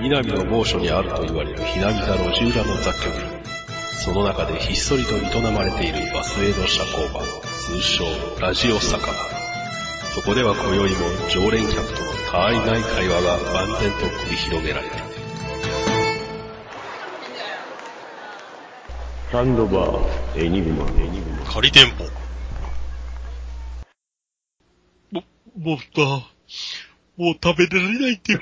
南の某所にあると言われるひなびた路地裏の雑居ビル。その中でひっそりと営まれているバスへの社交場、通称ラジオ酒場。そこでは今宵も常連客との他愛ない会話が万全と繰り広げられている。 サンドバーエニグマ仮店舗。 もう食べられないって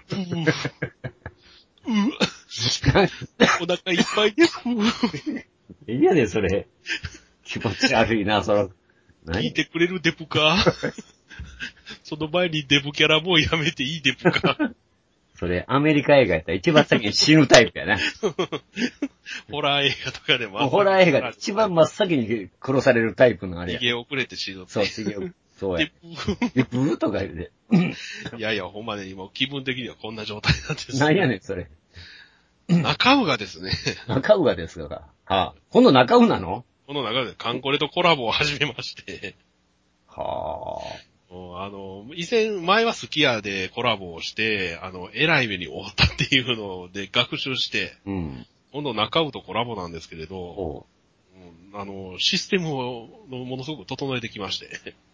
お腹いっぱいです。 いやねそれ。気持ち悪いな、 聞いてくれるデブかその前にデブキャラもうやめていいデブかそれ、アメリカ映画やったら一番先に死ぬタイプやな。 ホラー映画とかでも。 ホラー映画で一番真っ先に殺されるタイプのあれや。 逃げ遅れて死ぬ。 そう、そうや。ブーとか言うて。 いやいや、ほんまね、今気分的にはこんな状態なんです。 なんやねん、それ。 中尾がですね。 中尾がですか。はあ。今度中尾なの？ この中でカンコレとコラボを始めまして。 はあ。前はスキヤでコラボをして、偉い目に遭ったっていうので学習して、今度中尾とコラボなんですけれど、システムをものすごく整えてきまして。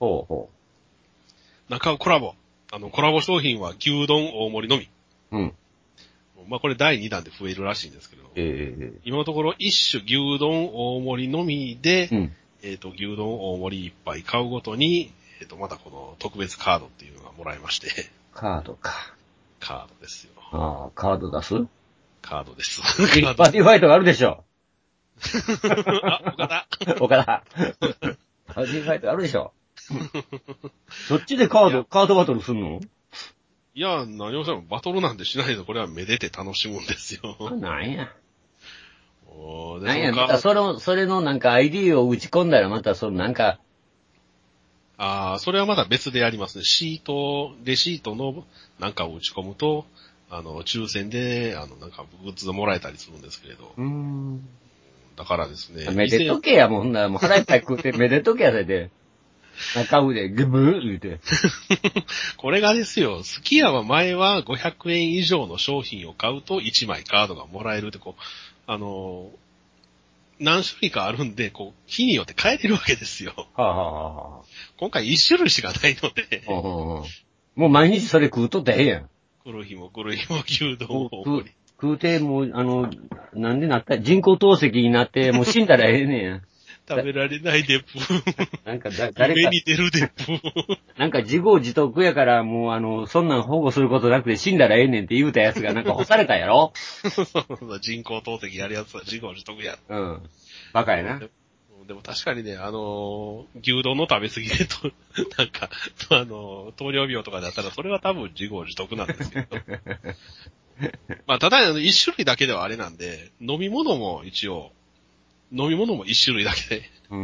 中尾コラボ。コラボ商品は牛丼大盛りのみ。まあ、これ第2弾で増えるらしいんですけど、今のところ一種牛丼大盛りのみで、牛丼大盛り一杯買うごとに、またこの特別カードっていうのがもらえまして。 カードか。 カードですよ。 ああ、カード出す？ カードです。 バディファイトがあるでしょ。 あ、 岡田。バディファイトあるでしょ。そっちでカードバトルすんの？ いや、何をしてもバトルなんてしないとこれはめでて楽しむんですよ。 なんや。 なんや、 またそれのなんか ID を打ち込んだらまたなんか。 それはまだ別でやりますね。レシートのなんかを打ち込むと、抽選で、なんかグッズをもらえたりするんですけれど。だからですね。 めでとけや、もう腹いっぱい食うて、めでとけやで。中腕、グブー言うて。 これがですよ、スキヤは前は500円以上の商品を買うと1枚カードがもらえるって、何種類かあるんで、日によって変えれるわけですよ。今回1種類しかないので。 もう毎日それ食うとってええやん。 来る日も牛丼を。 食うて、もう、なんでなった人工透析になって、もう死んだらええねんや。 食べられないデブ。 なんか誰か。夢に出るデブ。 なんか自業自得やから、もうそんなん保護することなくて死んだらええねんって言うたやつがなんか干されたやろ人工透析やるやつは自業自得や。 バカやな。 でも確かにね、牛丼の食べ過ぎでなんか、糖尿病とかだったらそれは多分自業自得なんですけど。まあ、ただ、一種類だけではあれなんで、飲み物も一種類だけで。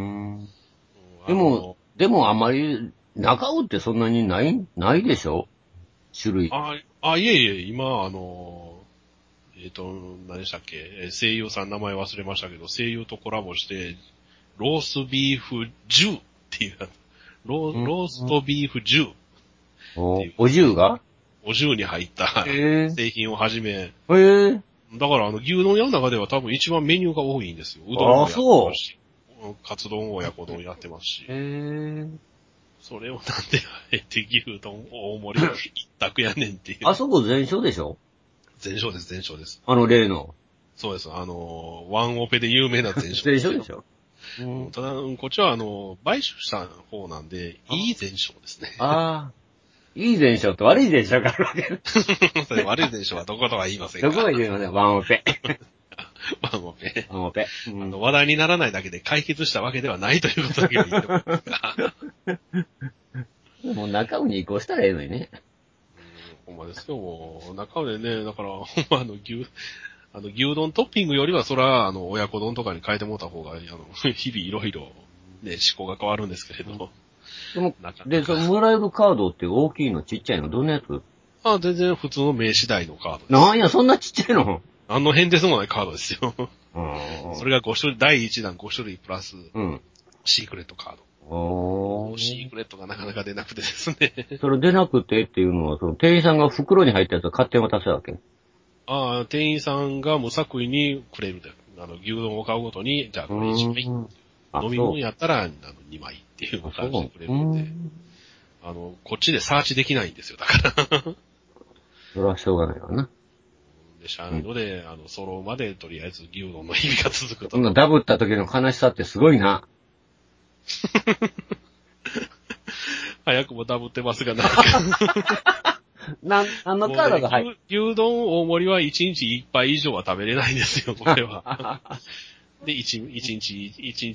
でもあんまり、中尾ってそんなにないでしょ？種類。 いえ、今、何でしたっけ、声優さん名前忘れましたけど、声優とコラボして、ロースビーフ10っていう、ローストビーフ10。 お重が？ お重に入った製品をはじめ。だから牛丼屋の中では多分一番メニューが多いんですよ。うどんもやってますし、カツ丼親子丼やってますし。それをなんであえて牛丼大盛り一択やねんっていう。 あそこ全勝でしょ？ 全勝です。 例の。 そうです。ワンオペで有名な全勝。 全勝でしょ？ ただ、こっちは買収した方なんで、いい全勝ですね。 いい全勝と悪い全勝があるわけ。 それ悪い全勝はどことは言いませんか？ どこが言いません？ワンオペ。 ワンオペ。 話題にならないだけで解決したわけではないということだけは言っておきますが。 もう中尾に移行したらええのにね。 ほんまですよ、もう。中尾でね、だから、ほんま牛丼トッピングよりは、そら、親子丼とかに変えてもらった方が、日々いろいろ、ね、思考が変わるんですけれど。 もらえるカードって大きいのちっちゃいのどんなやつ？ 全然普通の名刺代のカードです。 なんや、そんなちっちゃいの？ 変哲もないカードですよ。それが5種類、第1弾5種類プラス、シークレットカード。シークレットがなかなか出なくてですね。 それ出なくてっていうのは、店員さんが袋に入ったやつを買って渡すわけ？ 店員さんが無作為にくれるで。牛丼を買うごとに、じゃあこれ1枚。飲み物やったら、2枚っていう感じでくれるんで。こっちでサーチできないんですよ、だから。 それはしょうがないわな。 で、しゃあないので、揃うまでとりあえず牛丼の日々が続くと。 そんなダブった時の悲しさってすごいな。 早くもダブってますが、なんか。 何のカードが入る、 牛丼大盛りは1日1杯以上は食べれないんですよ、これは。で、一日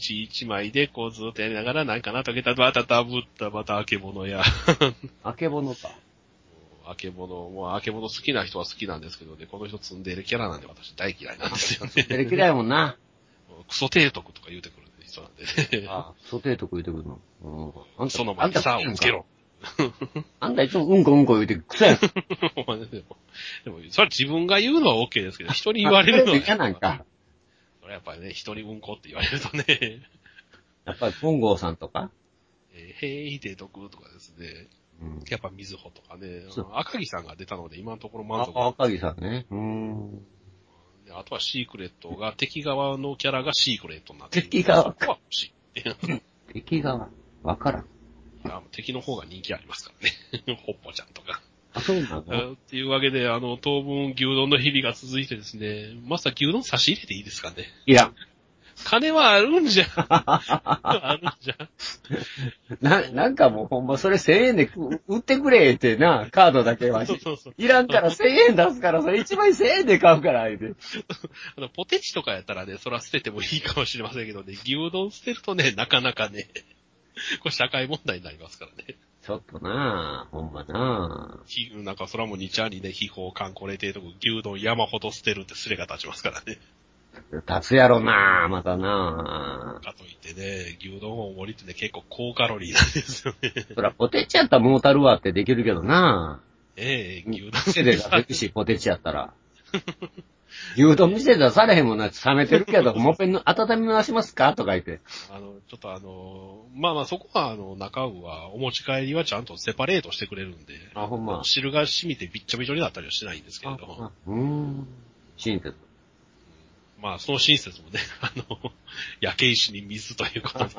1枚で、こうずっとやりながら、なんかな、溶けた、またダブった、またあけぼのや。 あけぼのか。 あけぼの、もうあけぼの好きな人は好きなんですけどね、この人ツンデレキャラなんで私大嫌いなんですよね。 ツンデレ嫌いもんな。 クソ提督とか言うてくる人なんでね。 あ、クソ提督言うてくるの。 その前にさをつけろ。 あんたいつもうんこうんこ言うてクソやん。 でも、それは自分が言うのは OK ですけど、人に言われるのは。 嫌なんか。 それやっぱりね、人にうんこって言われるとね。 やっぱり本郷さんとかへい提督とかですね。やっぱ水穂とかね。赤木さんが出たので今のところ満足。 赤木さんね。 あとはシークレットが、敵側のキャラがシークレットになってる。 敵側か。欲しい。 敵側わからん。 いや、敵の方が人気ありますからね。ホッポちゃんとか。 あ、そうなの？ っていうわけで、当分牛丼の日々が続いてですね、まさ牛丼差し入れていいですかね？ いや。 金はあるんじゃ。あるんじゃ。 なんかもうほんまそれ1000円で売ってくれってな、カードだけは。そういらんから1000円出すから、それ1枚1000円で買うから、言うて。 ポテチとかやったらね、そら捨ててもいいかもしれませんけどね、牛丼捨てるとね、なかなかね、これ社会問題になりますからね。 ちょっとなぁ、ほんまなぁ。なんかそらも2チャーにね、秘宝観光令提督牛丼山ほど捨てるってスレが立ちますからね。 立つやろなぁ、またなぁ。 かといってね、牛丼大盛りってね、結構高カロリーなんですよね。 そら、ポテチやったらモータルワーってできるけどなぁ。牛丼。 店で出せるし、ポテチやったら。牛丼店で出されへんもんな、冷めてるけど、もっぺんの温め直しますかとか言って。 ちょっとまあそこは中尾はお持ち帰りはちゃんとセパレートしてくれるんで。 あ、ほんま。 汁が染みてびっちょびちょになったりはしないんですけれども。 親切。 まあその親切もね、焼け石に水ということで。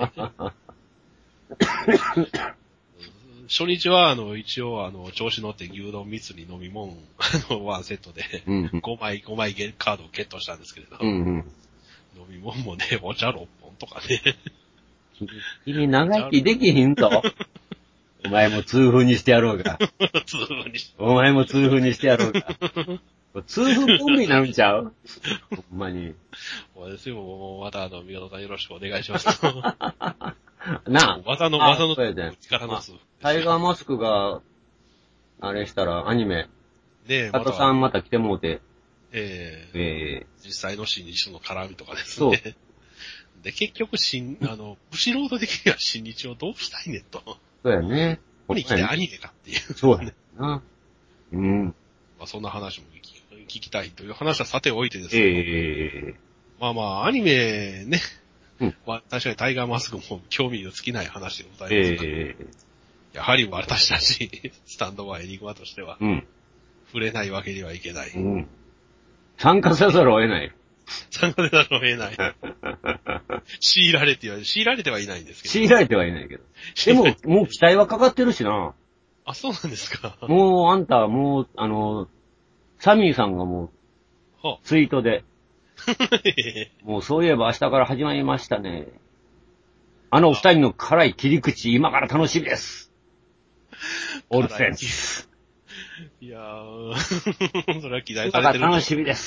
初日は、一応、調子乗って牛丼蜜に飲み物、ワンセットで、5枚カードをゲットしたんですけれど、飲み物もね、お茶6本とかね。 君長生きできひんぞ。お前も痛風にしてやろうか。お前も痛風にしてやろうか。痛風コンビになるんちゃう？ほんまに。 そうですよ、もうまた宮野さんよろしくお願いします。 なあ。 技の力の数。 タイガーマスクが、あれしたらアニメ。 ねえ、 加藤さんまた来てもうて。 実際の新日の絡みとかですね。そう。で、結局ブシロード的には新日をどうしたいねんと。 そうやね。 ここに来てアニメかっていう。 そうやな。 まあそんな話も聞きたいという話はさておいてですね。まあアニメね。まあ確かにタイガーマスクも興味の尽きない話でございますが、やはり私たちスタンドバイエニグマとしては、触れないわけにはいけない。 参加せざるを得ない。 参加せざるを得ない。強いられてはいないんですけど。 強いられてはいないけど。でも、もう期待はかかってるしな。 あ、そうなんですか。 もう、あんた、もう、サミーさんがもう、ツイートで、もうそういえば明日から始まりましたね。お二人の辛い切り口、今から楽しみです。オールフレンズ。 いやー、それは期待されてる。 今から楽しみです。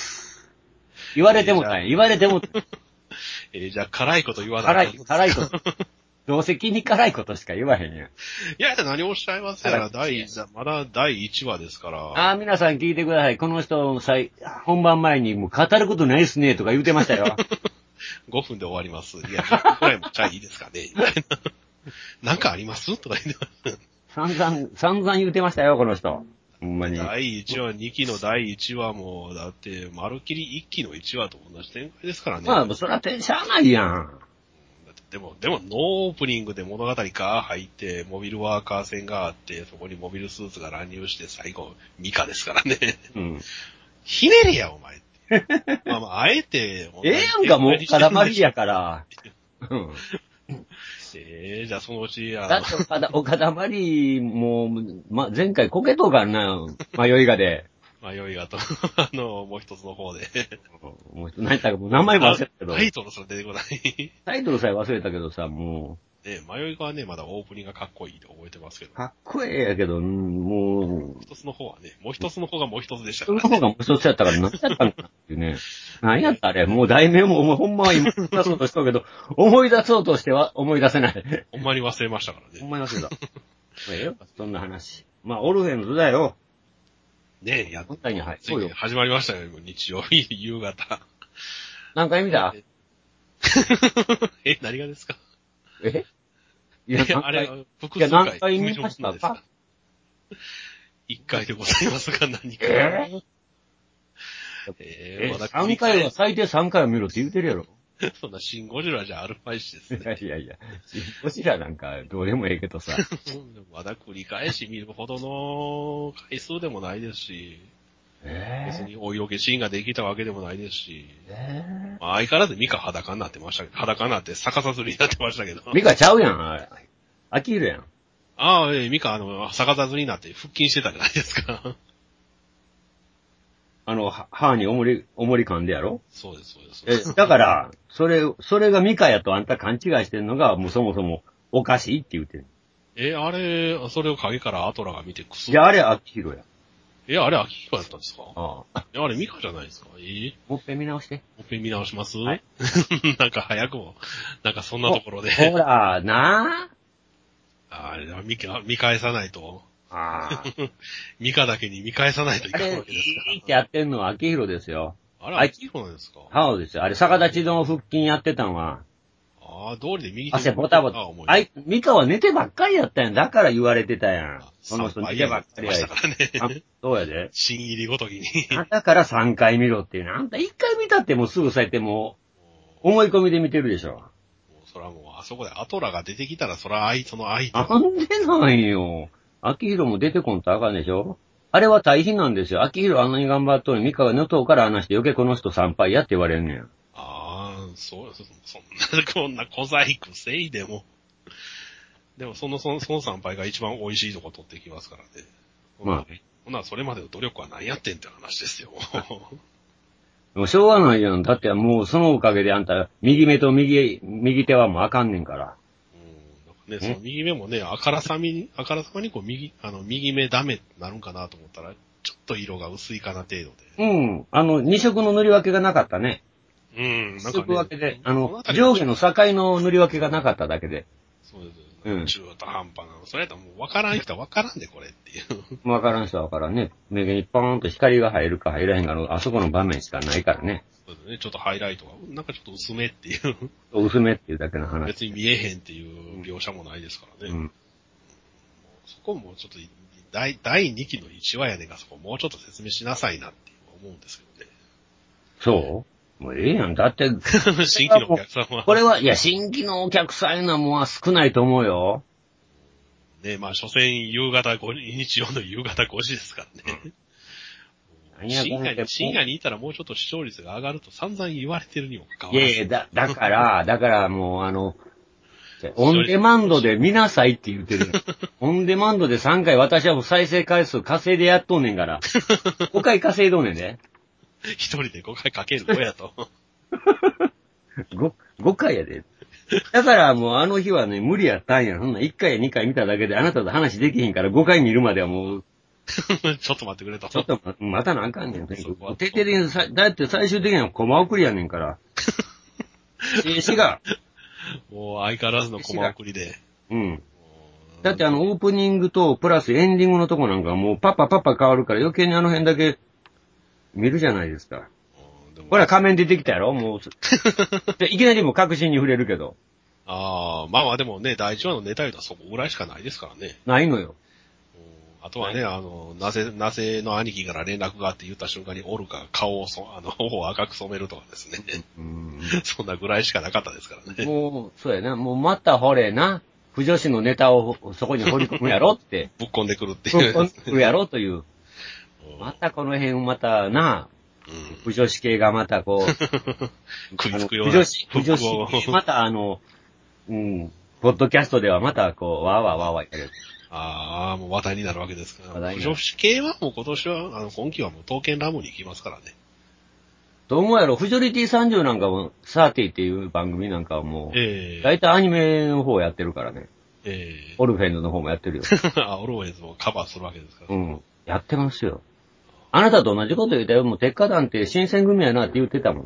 言われてもない。言われても。 じゃあ辛いこと言わない。 辛いこと。どうせ気に辛いことしか言わへんやん。 いや、何をおっしゃいますやら、まだ第1話ですから。 皆さん聞いてください。この人、本番前にもう語ることないっすね、とか言うてましたよ。 5分で終わります。いや、10分くらいもちゃいいですかね。なんかありますとか言ってます。散々言うてましたよ、この人。ほんまに。 第1話、2期の第1話も、だって、まるっきり1期の1話と同じ展開ですからね。 まあ、それはしゃあないやん。 でも、ノーオープニングで物語が入って、モビルワーカー戦があって、そこにモビルスーツが乱入して、最後、ミカですからね。 ひねれや、お前って。まあ、あえて、 ええやんか、もう、岡田やから。うん。 じゃあそのうち、 だって岡田まり、もう、前回こけとうからな、迷いがで。 迷いがと、もう一つの方で。 もう一つ、何やったか、もう名前忘れたけど。 タイトルすら出てこない。 タイトルさえ忘れたけどさ、もう。 ね、迷いがね、まだオープニングがかっこいいって覚えてますけど。 かっこええやけど、もう。一つの方はね、もう一つの方がもう一つでしたから、ね。 一つの方がもう一つやったから何やったんかっていうね。何やったあれ、もう題名もほんまは今出そうとしたけど、思い出そうとしては思い出せない。 ほんまに忘れましたからね。 ほんまに忘れた。ええよ、そんな話。まあ、オルフェンズだよ。 ねえ、やっと。 そうよ。 始まりましたよ、日曜日、夕方。 何回見た何がですかいや、 あれ、複数回。何回見ましたか ?1 回でございますが、何か。 3回は、最低3回は見ろって言うてるやろ。 そんなシンゴジラじゃあるまいしですね。 いや、シンゴジラなんかどうでもええけどさ。 まだ繰り返し見るほどの回数でもないですし。別にお色気シーンができたわけでもないですし。まあ、相変わらずミカ裸になってましたけど、裸になって逆さずりになってましたけど。 ミカちゃうやん、あれ。アキールやん。 ああ、ミカ逆さずりになって腹筋してたじゃないですか。 歯に重り噛んでやろ？ そうです、そうです。 だから、それがミカやとあんた勘違いしてんのが、もうそもそもおかしいって言うてん。 あれ、それを影からアトラが見てくす。 いや、あれ、アキヒロや。 あれ、アキヒロやったんですか？ ああれ、ミカじゃないですか？ もっぺん見直して。 もっぺん見直します？ はい。 なんか早くも、なんかそんなところで。 ほら、なあれは見返さないと。ミカだけに見返さないといけないわけですから。 いいってやってんのはアキヒロですよ。 あれ、アキヒロなんですか？ そうですよ。あれ、逆立ちの腹筋やってたんは。 通りで右手汗ボタボタ。ミカは寝てばっかりやったやん。だから言われてたやん。その人寝てばっかりやしたからね。 そうやで。 新入りごときに。 だから3回見ろっていうね。あんた1回見たってもうすぐそうやってもう、思い込みで見てるでしょ。 そらもう、あそこでアトラが出てきたら、そらその相手。 なんでなんよ。アキヒロも出てこんとあかんでしょ。あれは大変なんですよ。アキヒロあんなに頑張っとるミカがのとうから話して余計この人参拝やって言われんねん。 そんな、こんな小細工せいでも。でもその参拝が一番美味しいとこ取ってきますからね。 まあね。 ほな、それまでの努力は何やってんって話ですよ。 もうしょうがないやん。だってもうそのおかげであんた、右目と右手はもうあかんねんから。 ね、その右目もね、あからさまにこう右目ダメになるんかなと思ったら、ちょっと色が薄いかな程度で。 2色の塗り分けがなかったね。 なんかね。 分けで、上下の境の塗り分けがなかっただけで。 そうです。中途半端なの。それやったらもう分からん人は分からんで、これっていう。 分からん人は分からんね。目にポーンと光が入るか入らへんかの、あそこの場面しかないからね。 そうですね。ちょっとハイライトが、なんかちょっと薄めっていう。 薄めっていうだけの話。 別に見えへんっていう描写もないですからね。そこもちょっと、第2期の1話やねんが、そこもうちょっと説明しなさいなって思うんですけどね。 そうもうええやん。だって、 新規のお客さんは。 これは、いや、新規のお客さんいうのはもう少ないと思うよ。 ねまあ、所詮日曜の夕方5時ですからね。深夜にいたらもうちょっと視聴率が上がると散々言われてるにもかかわらず。 いやいや、だからもうオンデマンドで見なさいって言ってる。オンデマンドで3回私はもう再生回数稼いでやっとんねんから。5回稼いどんねんで。 1人で5回かける5やと。 5回やで。だからもうあの日はね、無理やったんや。そんな1回や2回見ただけであなたと話できへんから5回見るまではもう。 ちょっと待ってくれと。 ちょっと待たなあかんねん。だって最終的にはコマ送りやねんから。詩が。 もう相変わらずのコマ送りで。 だってオープニングとプラスエンディングのとこなんかもうパッパ変わるから余計にあの辺だけ見るじゃないですか。ほら仮面出てきたやろもう。いきなりもう確信に触れるけど。 まあでもね、第1話のネタ言うとはそこぐらいしかないですからね。 ないのよ。 あとはね、なぜの兄貴から連絡があって言った瞬間にオルが顔を頬を赤く染めるとかですね。そんなぐらいしかなかったですからね。 もう、そうやな。もうまたほれな。不女子のネタをそこに掘り込むやろって。 ぶっ込んでくるっていう。 ぶっ込んでくるやろという。 またこの辺またな、不女子系がまたこう、 食いつくような。 不女子系、またポッドキャストではまたこう、わーわーわーわー言ってる。 ああ、もう話題になるわけですから。不女子系はもう今年は、今期はもう刀剣ラムに行きますからね。 どう思うやろ、フジョリティ30なんかも、30っていう番組なんかはもう、だいたいアニメの方やってるからね。オルフェンズの方もやってるよ。 オルフェンズもカバーするわけですから。 やってますよ。あなたと同じこと言ったよ。もう鉄火団って新選組やなって言ってたもん。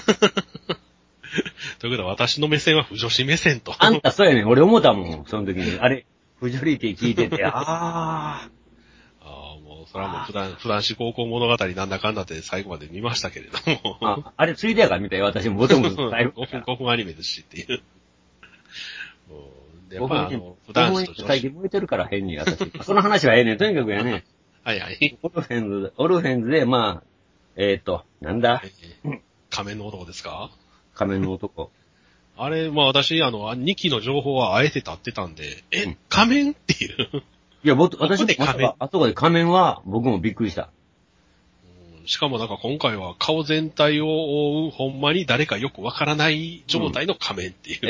ということは私の目線は不女子目線と。 あんたそうやねん。俺思ったもん。その時に。あれ、フジョリティ聞いてて、 もう、それはもう普段志高校物語なんだかんだって最後まで見ましたけれども。あれついでやから見たよ。私もボトム最後。 5分アニメですしっていう。 で、まあ、普段志と最近燃えてるから変に私。その話はええねん。とにかくやね。 はいはい。 オルフェンズで、まあ、なんだ仮面の男ですか？ 仮面の男。 あれ、まあ私、2期の情報はあえて立ってたんで、仮面っていう。 いや、私で仮面。あそこで仮面は僕もびっくりした。 しかもなんか今回は顔全体を覆うほんまに誰かよくわからない状態の仮面っていう。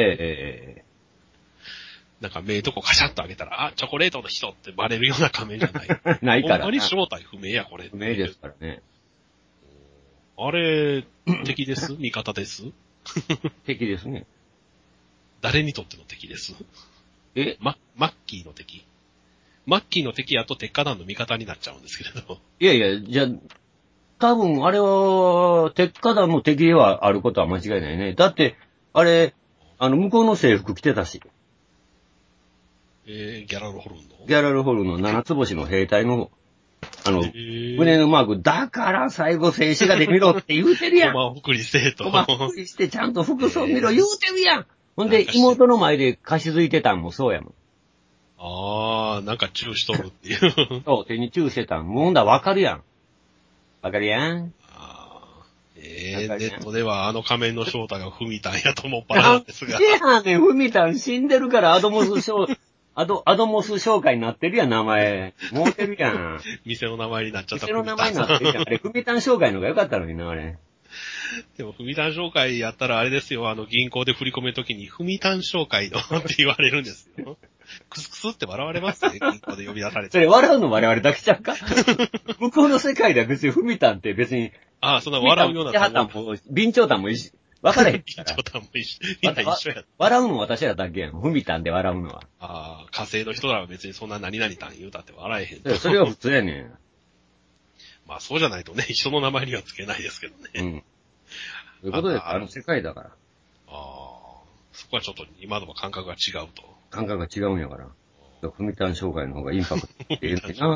なんか目とこカシャッと開けたら、チョコレートの人ってバレるような仮面じゃない。 ないから。 ほんまに正体不明や、これ。 不明ですからね。 あれ、敵です味方です敵ですね。 誰にとっての敵ですマッキーの敵。マッキーの敵やと鉄火団の味方になっちゃうんですけれど。 いやいや、じゃあ、多分あれは、鉄火団の敵ではあることは間違いないね。だって、あれ、向こうの制服着てたし。 ギャラルホルンのギャラルホルンの七つ星の兵隊の、胸のマーク、だから最後静止画で見ろって言うてるやん。 コマ送りせえと。 コマ送りしてちゃんと服装見ろ言うてるやん。ほんで、妹の前で貸し付いてたんもそうやもん。 なんかチューしとるっていう。 そう、手にチューしてたん。もうほんだらわかるやん。わかるやん。 ネットでは仮面の正体がフミタンやと思っぱらなんですが。 フミタン死んでるからアドモス商会になってるやん、名前。もうてるやん。 店の名前になっちゃった。 店の名前になってるやん。あれ、フミタン商会の方が良かったのにな、あれ。 でも、フミタン商会やったらあれですよ、銀行で振り込めるときに、フミタン商会のって言われるんですよ。クスクスって笑われますね、銀行で呼び出されて。 それ笑うの我々だけちゃうか向こうの世界では別にフミタンって別に。 そんな笑うような単語。備長炭も一緒。分からへんから。 備長炭も一緒。みんな一緒や。 笑うの私らだけやん。フミタンで笑うのは。 火星の人らは別にそんな何々タン言うたって笑えへん。 それは普通やねん。 まあそうじゃないとね、人の名前にはつけないですけどね。 そういうことです。世界だから。 そこはちょっと今のも感覚が違うと。 感覚が違うんやから。フミタン商会の方がインパクトってええねんな。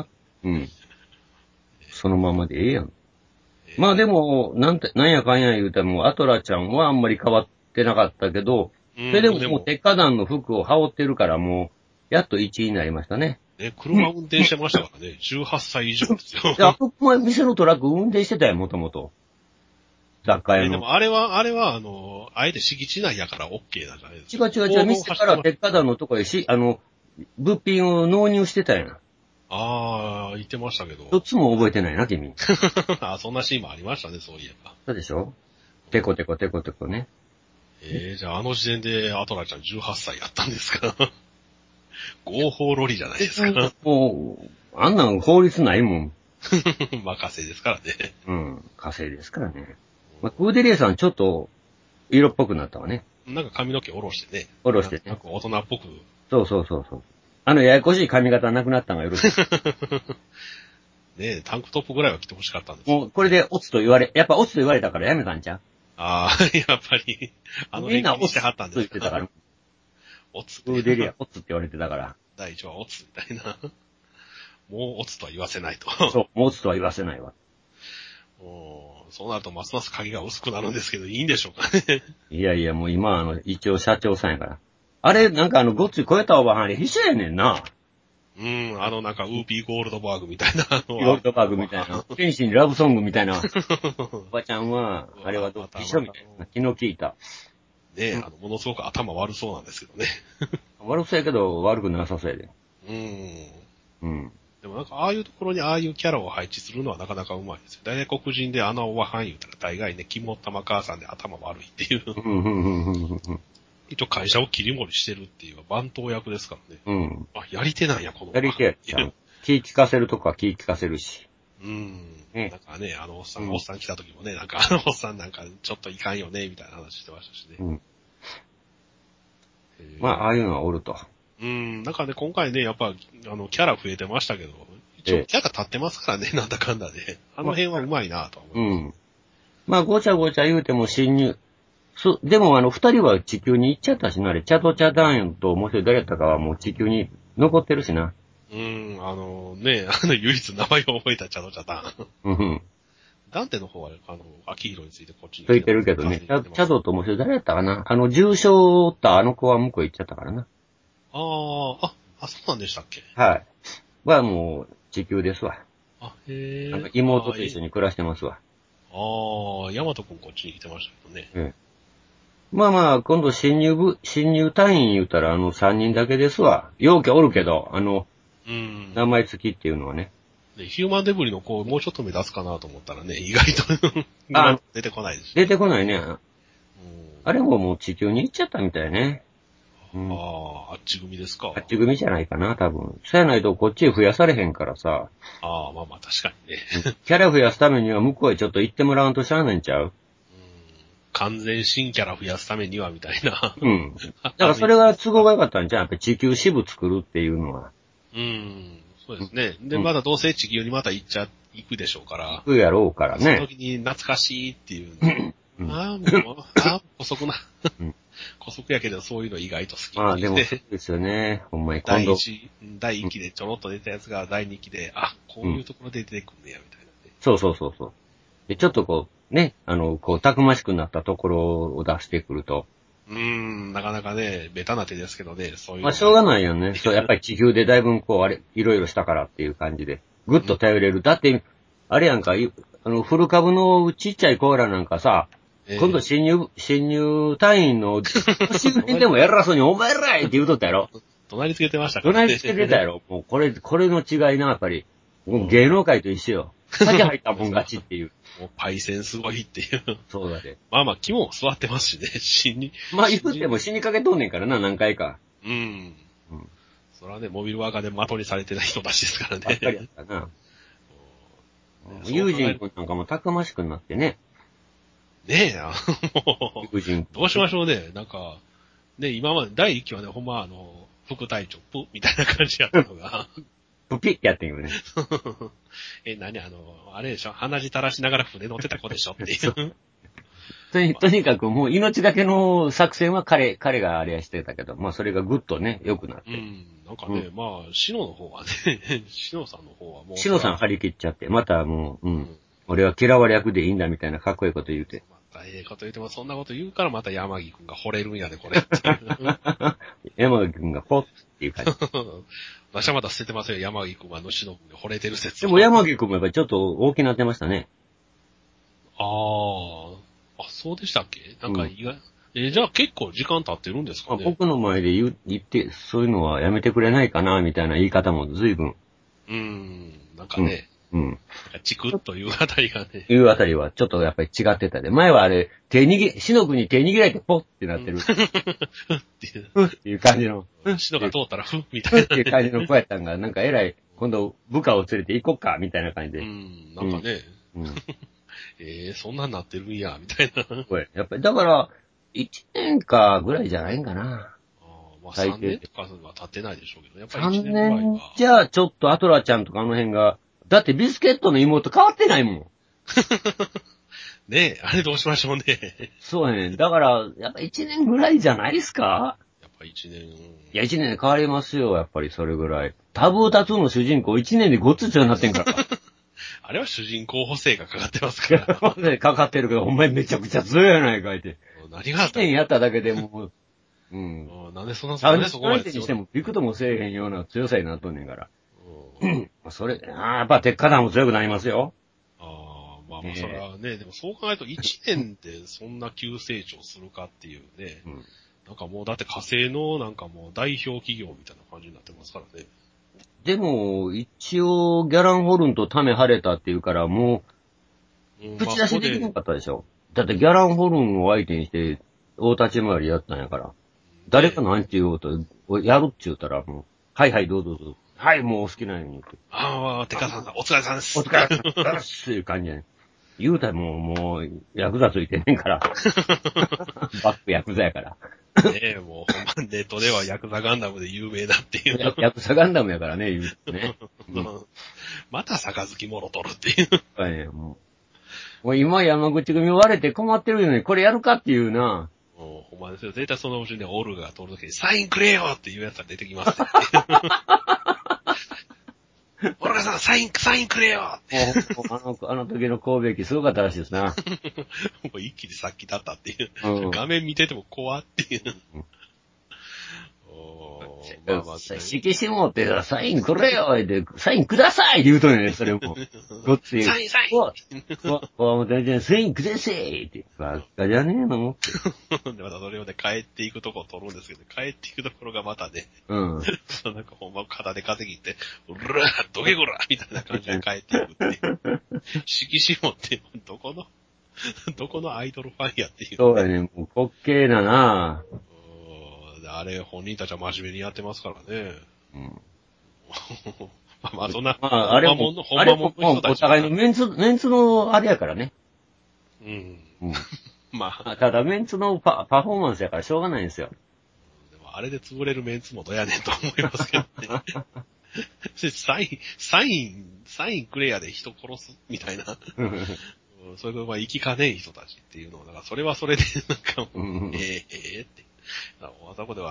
そのままでええやん。まあでも、なんやかんや言うても、アトラちゃんはあんまり変わってなかったけど、それでももう鉄火団の服を羽織ってるからもう、やっと1位になりましたね。 車運転してましたからね。18歳以上ですよ。 いや、僕も店のトラック運転してたよ、もともと。雑貨屋の。 でもあれは、あえて敷地内やから OK なんじゃないですか。 違う、店から鉄火団のとこへ物品を納入してたやん。 言ってましたけど。 どっちも覚えてないな、君。 そんなシーンもありましたね、そういえば。 そうでしょ？テコテコね。 じゃあ時点でアトラちゃん18歳やったんですか合法ロリじゃないですか。 もう、あんなん法律ないもん。 まあ火星ですからね。 火星ですからね。まあ、クーデリエさんちょっと、色っぽくなったわね。 なんか髪の毛下ろしてね。 下ろしてね。 なんか大人っぽく。 そう。ややこしい髪型なくなったのがよろしい。 ねえ、タンクトップぐらいは着てほしかったんですもう、これでオツと言われたからやめたんちゃう？ やっぱり、 みんなオツしてはったんですって言ってたから。 オツ。 クーデリア、オツって言われてたから。 第一話オツみたいな。もうオツとは言わせないと。 そう、もうオツとは言わせないわ。 そうなるとますます影が薄くなるんですけど、いいんでしょうかね。 いや、もう今一応社長さんやから。あれ、なんかごっつい超えたおばはん一緒やねんな。 なんかウーピーゴールドバーグみたいな。 ゴールドバーグみたいな。天使にラブソングみたいな。おばちゃんは、あれは一緒みたいな。気の利いた。 ねえ、ものすごく頭悪そうなんですけどね。 悪そうやけど、悪くなさそうやで。 うん。 でもなんか、ああいうところにああいうキャラを配置するのはなかなかうまいですよ。大体黒人でおばはん言うたら大概ね、肝っ玉母さんで頭悪いっていう。一応会社を切り盛りしてるっていう番頭役ですからね。 うん。 あ、やり手なんや、この。 やり手やっちゃう。気聞かせるとこは気聞かせるし。 なんかね、おっさん来た時もね、なんかおっさんなんかちょっといかんよね、みたいな話してましたしね。 まあ、ああいうのはおると。 なんかね、今回ね、やっぱ、キャラ増えてましたけど、一応キャラ立ってますからね、なんだかんだで。あの辺はうまいなと思います。 まあ、ごちゃごちゃ言うても侵入。でも二人は地球に行っちゃったしな、あれ。チャドチャダーンともう一人誰やったかはもう地球に残ってるしな。 唯一名前を覚えたチャドチャダーン。ダンテの方は、秋広についてこっちについてるけどね。チャドともう一人誰やったかな。重傷を負ったあの子は向こう行っちゃったからな。 そうなんでしたっけ？ はい。はもう地球ですわ。 なんか妹と一緒に暮らしてますわ。 ヤマトくんこっちに来てましたけどね。 まあまあ、今度新入隊員言うたら3人だけですわ。容器おるけど、名前付きっていうのはね。 ヒューマンデブリの子もうちょっと目立つかなと思ったらね、意外と出てこないです、 ね。出てこないね。あれももう地球に行っちゃったみたいね。 あっち組ですか。 あっち組じゃないかな、多分。そうやないとこっちへ増やされへんからさ。 まあ確かにね。 キャラ増やすためには向こうへちょっと行ってもらわんとしゃあないんちゃう？ 完全新キャラ増やすためにはみたいな。 だからそれが都合が良かったんじゃん。やっぱり地球支部作るっていうのは。 そうですね。で、まだどうせ地球にまた行くでしょうから。 行くやろうからね。 その時に懐かしいっていう。古速な。古速やけどそういうの意外と好き。 まあでもそうですよね。ほんまに第1期でちょろっと出たやつが第2期で、こういうところで出てくんねや、みたいなね。 そう。で、ちょっとこう、ね、たくましくなったところを出してくると。 なかなかね、ベタな手ですけどね、そういう。 まあしょうがないよね。やっぱり地球でだいぶいろいろしたからっていう感じで。ぐっと頼れる。だって、あれやんか、古株のちっちゃいコーラなんかさ、今度新入隊員の、年上でも偉そうにお前らいって言うとったやろ。 隣つけてましたからね。隣つけてたやろ。もうこれの違いな、やっぱり。芸能界と一緒よ。先入ったもん勝ちっていう。 もうパイセンすごいっていう。 そうだね。 まあ、肝も座ってますしね、 まあ、言っても死にかけとんねんからな、何回か。 それはね、モビルワーカーで的にされてない人たちですからね。ばっかりやったな。 友人君なんかもたくましくなってね。 ねえ、もう、どうしましょうね。なんか、ね、今まで第1期はね、ほんま副隊長、プみたいな感じやったのが。 プピッってやってんよね。 あれでしょ、鼻血垂らしながら船乗ってた子でしょっていう。 とにかくもう命がけの作戦は彼があれはしてたけど、まあそれがぐっとね、良くなって。 なんかね、まあ、シノの方はね、シノさんの方はもう。 シノさん張り切っちゃって、またもう、俺は嫌われ役でいいんだみたいなかっこいいこと言うて。 またええこと言うても、そんなこと言うからまた山木くんが惚れるんやで、これ。 山木くんがポッっていう感じ。 わしはまだ捨ててませんよ、山木くんは野忍に惚れてる説。 でも山木くんもやっぱりちょっと大きくなってましたね。 そうでしたっけ？なんか意外、じゃあ結構時間経ってるんですかね？ 僕の前で言って、そういうのはやめてくれないかな、みたいな言い方も随分。 なんかね。チクッというあたりがね。 いうあたりはちょっとやっぱり違ってたで。前はあれ、シノ君に手握られてポッってなってる。っていう感じの。 シノが通ったらフッみたいな。 っていう感じの子やったんが、なんか偉い、今度部下を連れて行こっか、みたいな感じで。 なんかね。そんなんなってるんや、みたいな。 やっぱり、だから、1年かぐらいじゃないんかな。 まあ3年とかは経ってないでしょうけど、やっぱり 1年ぐらいは。3年じゃあちょっとアトラちゃんとかあの辺が、だってビスケットの妹変わってないもん。 ねえ、あれどうしましょうね。 そうね。だから、やっぱ1年ぐらいじゃないですか？ やっぱ1年。いや、1年で変わりますよ、やっぱりそれぐらい。タブータトゥーの主人公1年でごっつ強になってんから。 あれは主人公補正がかかってますから。 かかってるけど、お前めちゃくちゃ強いやないかいって。 何があった 1年やっただけでもなんでそんなそこまでにしてもびくともせえへんような強さになっとんねんから。それ、やっぱ鉄火弾も強くなりますよ。 まあそれはね、でもそう考えると1年でそんな急成長するかっていうね。なんかもうだって火星のなんかもう代表企業みたいな感じになってますからね。 でも、一応、ギャランホルンとタメ晴れたって言うから、もう、口出しできなかったでしょ。だってギャランホルンを相手にして、大立ち回りやったんやから。誰かなんて言おうと、やるって言ったら、もう、はいはい、どうぞどうぞ。はい、もうお好きなように言って。 ああ、てかさんだ、お疲れさんです。 お疲れさんです。っていう感じやね。言うたらもう、ヤクザついてんねんから。バックヤクザやから。 ねえ、もう、ほんまネットではヤクザガンダムで有名だっていう。 ヤクザガンダムやからね、言うとね。 また杯もろとるっていう。 ね、もう今山口組割れて困ってるのに、これやるかっていうな。 もう、ほんまですよ。絶対そのうちにオルガが通るときに、サインくれよっていうやつが出てきますって。オルガさん、サインくれよって。 あの時の神戸駅すごかったらしいですな。 もう一気にさっきだったっていう。画面見てても怖っていう。 色紙持ってサインくれよってサインくださいって言うとね、それも。ごっつい。 サインもう全然サインくださいって。ばっかじゃねえので、またそれをね、帰っていくとこを取るんですけど、帰っていくところがまたね、なんかほんま肩で稼ぎって、うらどけこらみたいな感じで帰っていくっていう。色紙持って、どこのアイドルファンやっていう、ね。 そうやね、もう滑稽だなあれ、本人たちは真面目にやってますからね。まあ、そんな、 あれも、お互いのメンツのあれやからね。まあ。ただメンツのパフォーマンスやからしょうがないんですよ。 でもあれで潰れるメンツもどやねんと思いますけどね。サインくれやで人殺すみたいな。それが生きかねえ人たちっていうのを、だからそれはそれで、なんか、って。大阪では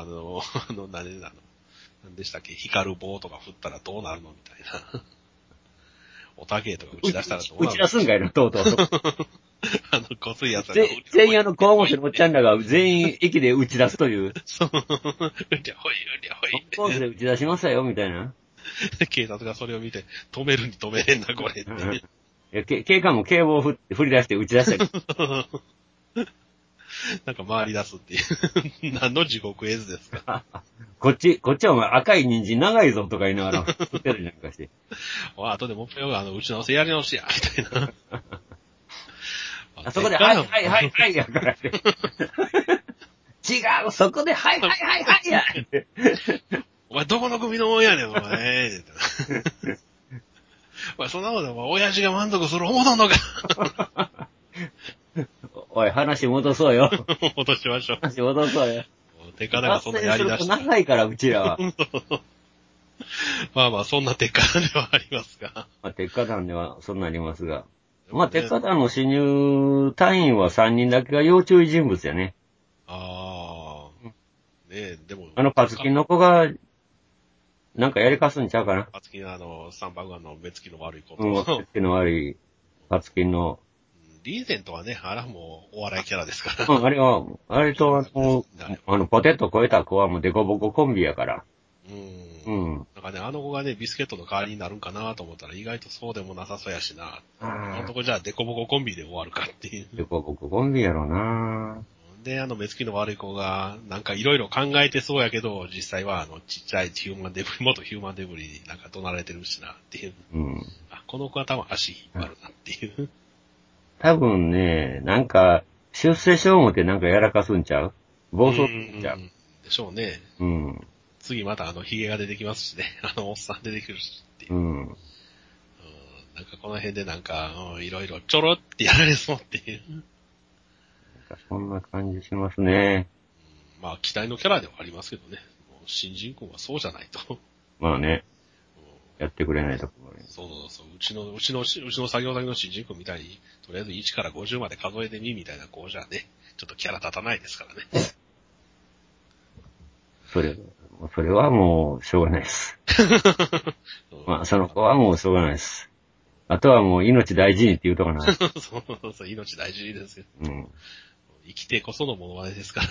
何でしたっけ、光る棒とか振ったらどうなるのみたいな。おたけとか打ち出したらどうなるの打ち出すんかいな、とうとう。 ごついやつ全員コウモリのおっちゃんらが全員駅で打ち出すという。 そう。ほい。 コウモリで打ち出しましたよ、みたいな。 警察がそれを見て、止めるに止めれんな、これって。 警官も警棒を振り出して打ち出したり。 なんか回り出すっていう。何の地獄絵図ですかこっちはお前赤い人参長いぞとか言いながら振ってるなんかして。 後でもっぺん打ち直せやり直しや、みたいな。 そこで、はい、やからって。違う、そこで、はい、や。 お前どこの組のもんやねん、お前。お前そんなことで、親父が満足する思うとんのか。 おい、話戻そうよ。 戻しましょう。 話戻そうよ。 手かがそんなやりだした。 長いから、うちらは。 まあ、そんな鉄火団ではありますが。 鉄火団ではそんなありますが。鉄火団の新入隊員は3人だけが要注意人物やね。 ねえ、でも。 パツキンの子が、なんかやりかすんちゃうかな。 パツキン三番が目つきの悪い子と。 目つきの悪い、パツキンの。 リーゼントはね、あれはもうお笑いキャラですから。 あれとポテト超えた子はもうデコボココンビやから。 なんかね、あの子がね、ビスケットの代わりになるんかなと思ったら意外とそうでもなさそうやしな。あのとこじゃあデコボココンビで終わるかっていう。 デコボココンビやろなで、目つきの悪い子が、なんかいろいろ考えてそうやけど、実際はちっちゃい元ヒューマンデブリになんか怒鳴られてるしなっていう。この子は多分足引っ張るなっていう。 多分ね、なんか、出世しよう思ってなんかやらかすんちゃう暴走すんちゃうでしょうね。次またヒゲが出てきますしね。おっさん出てくるしっていう。なんかこの辺でなんか、いろいろちょろってやられそうっていう。なんかそんな感じしますね。 期待のキャラではありますけどね。新人君はそうじゃないと。 まあね。やってくれないところに。 そう。うちの作業先の新人君みたいに、とりあえず1から50まで数えてみみたいな子じゃね、ちょっとキャラ立たないですからね。 それはもう、しょうがないです。その子はもうしょうがないです。あとはもう命大事にって言うとかな。 そう、命大事にですよ。生きてこそのものまねですから。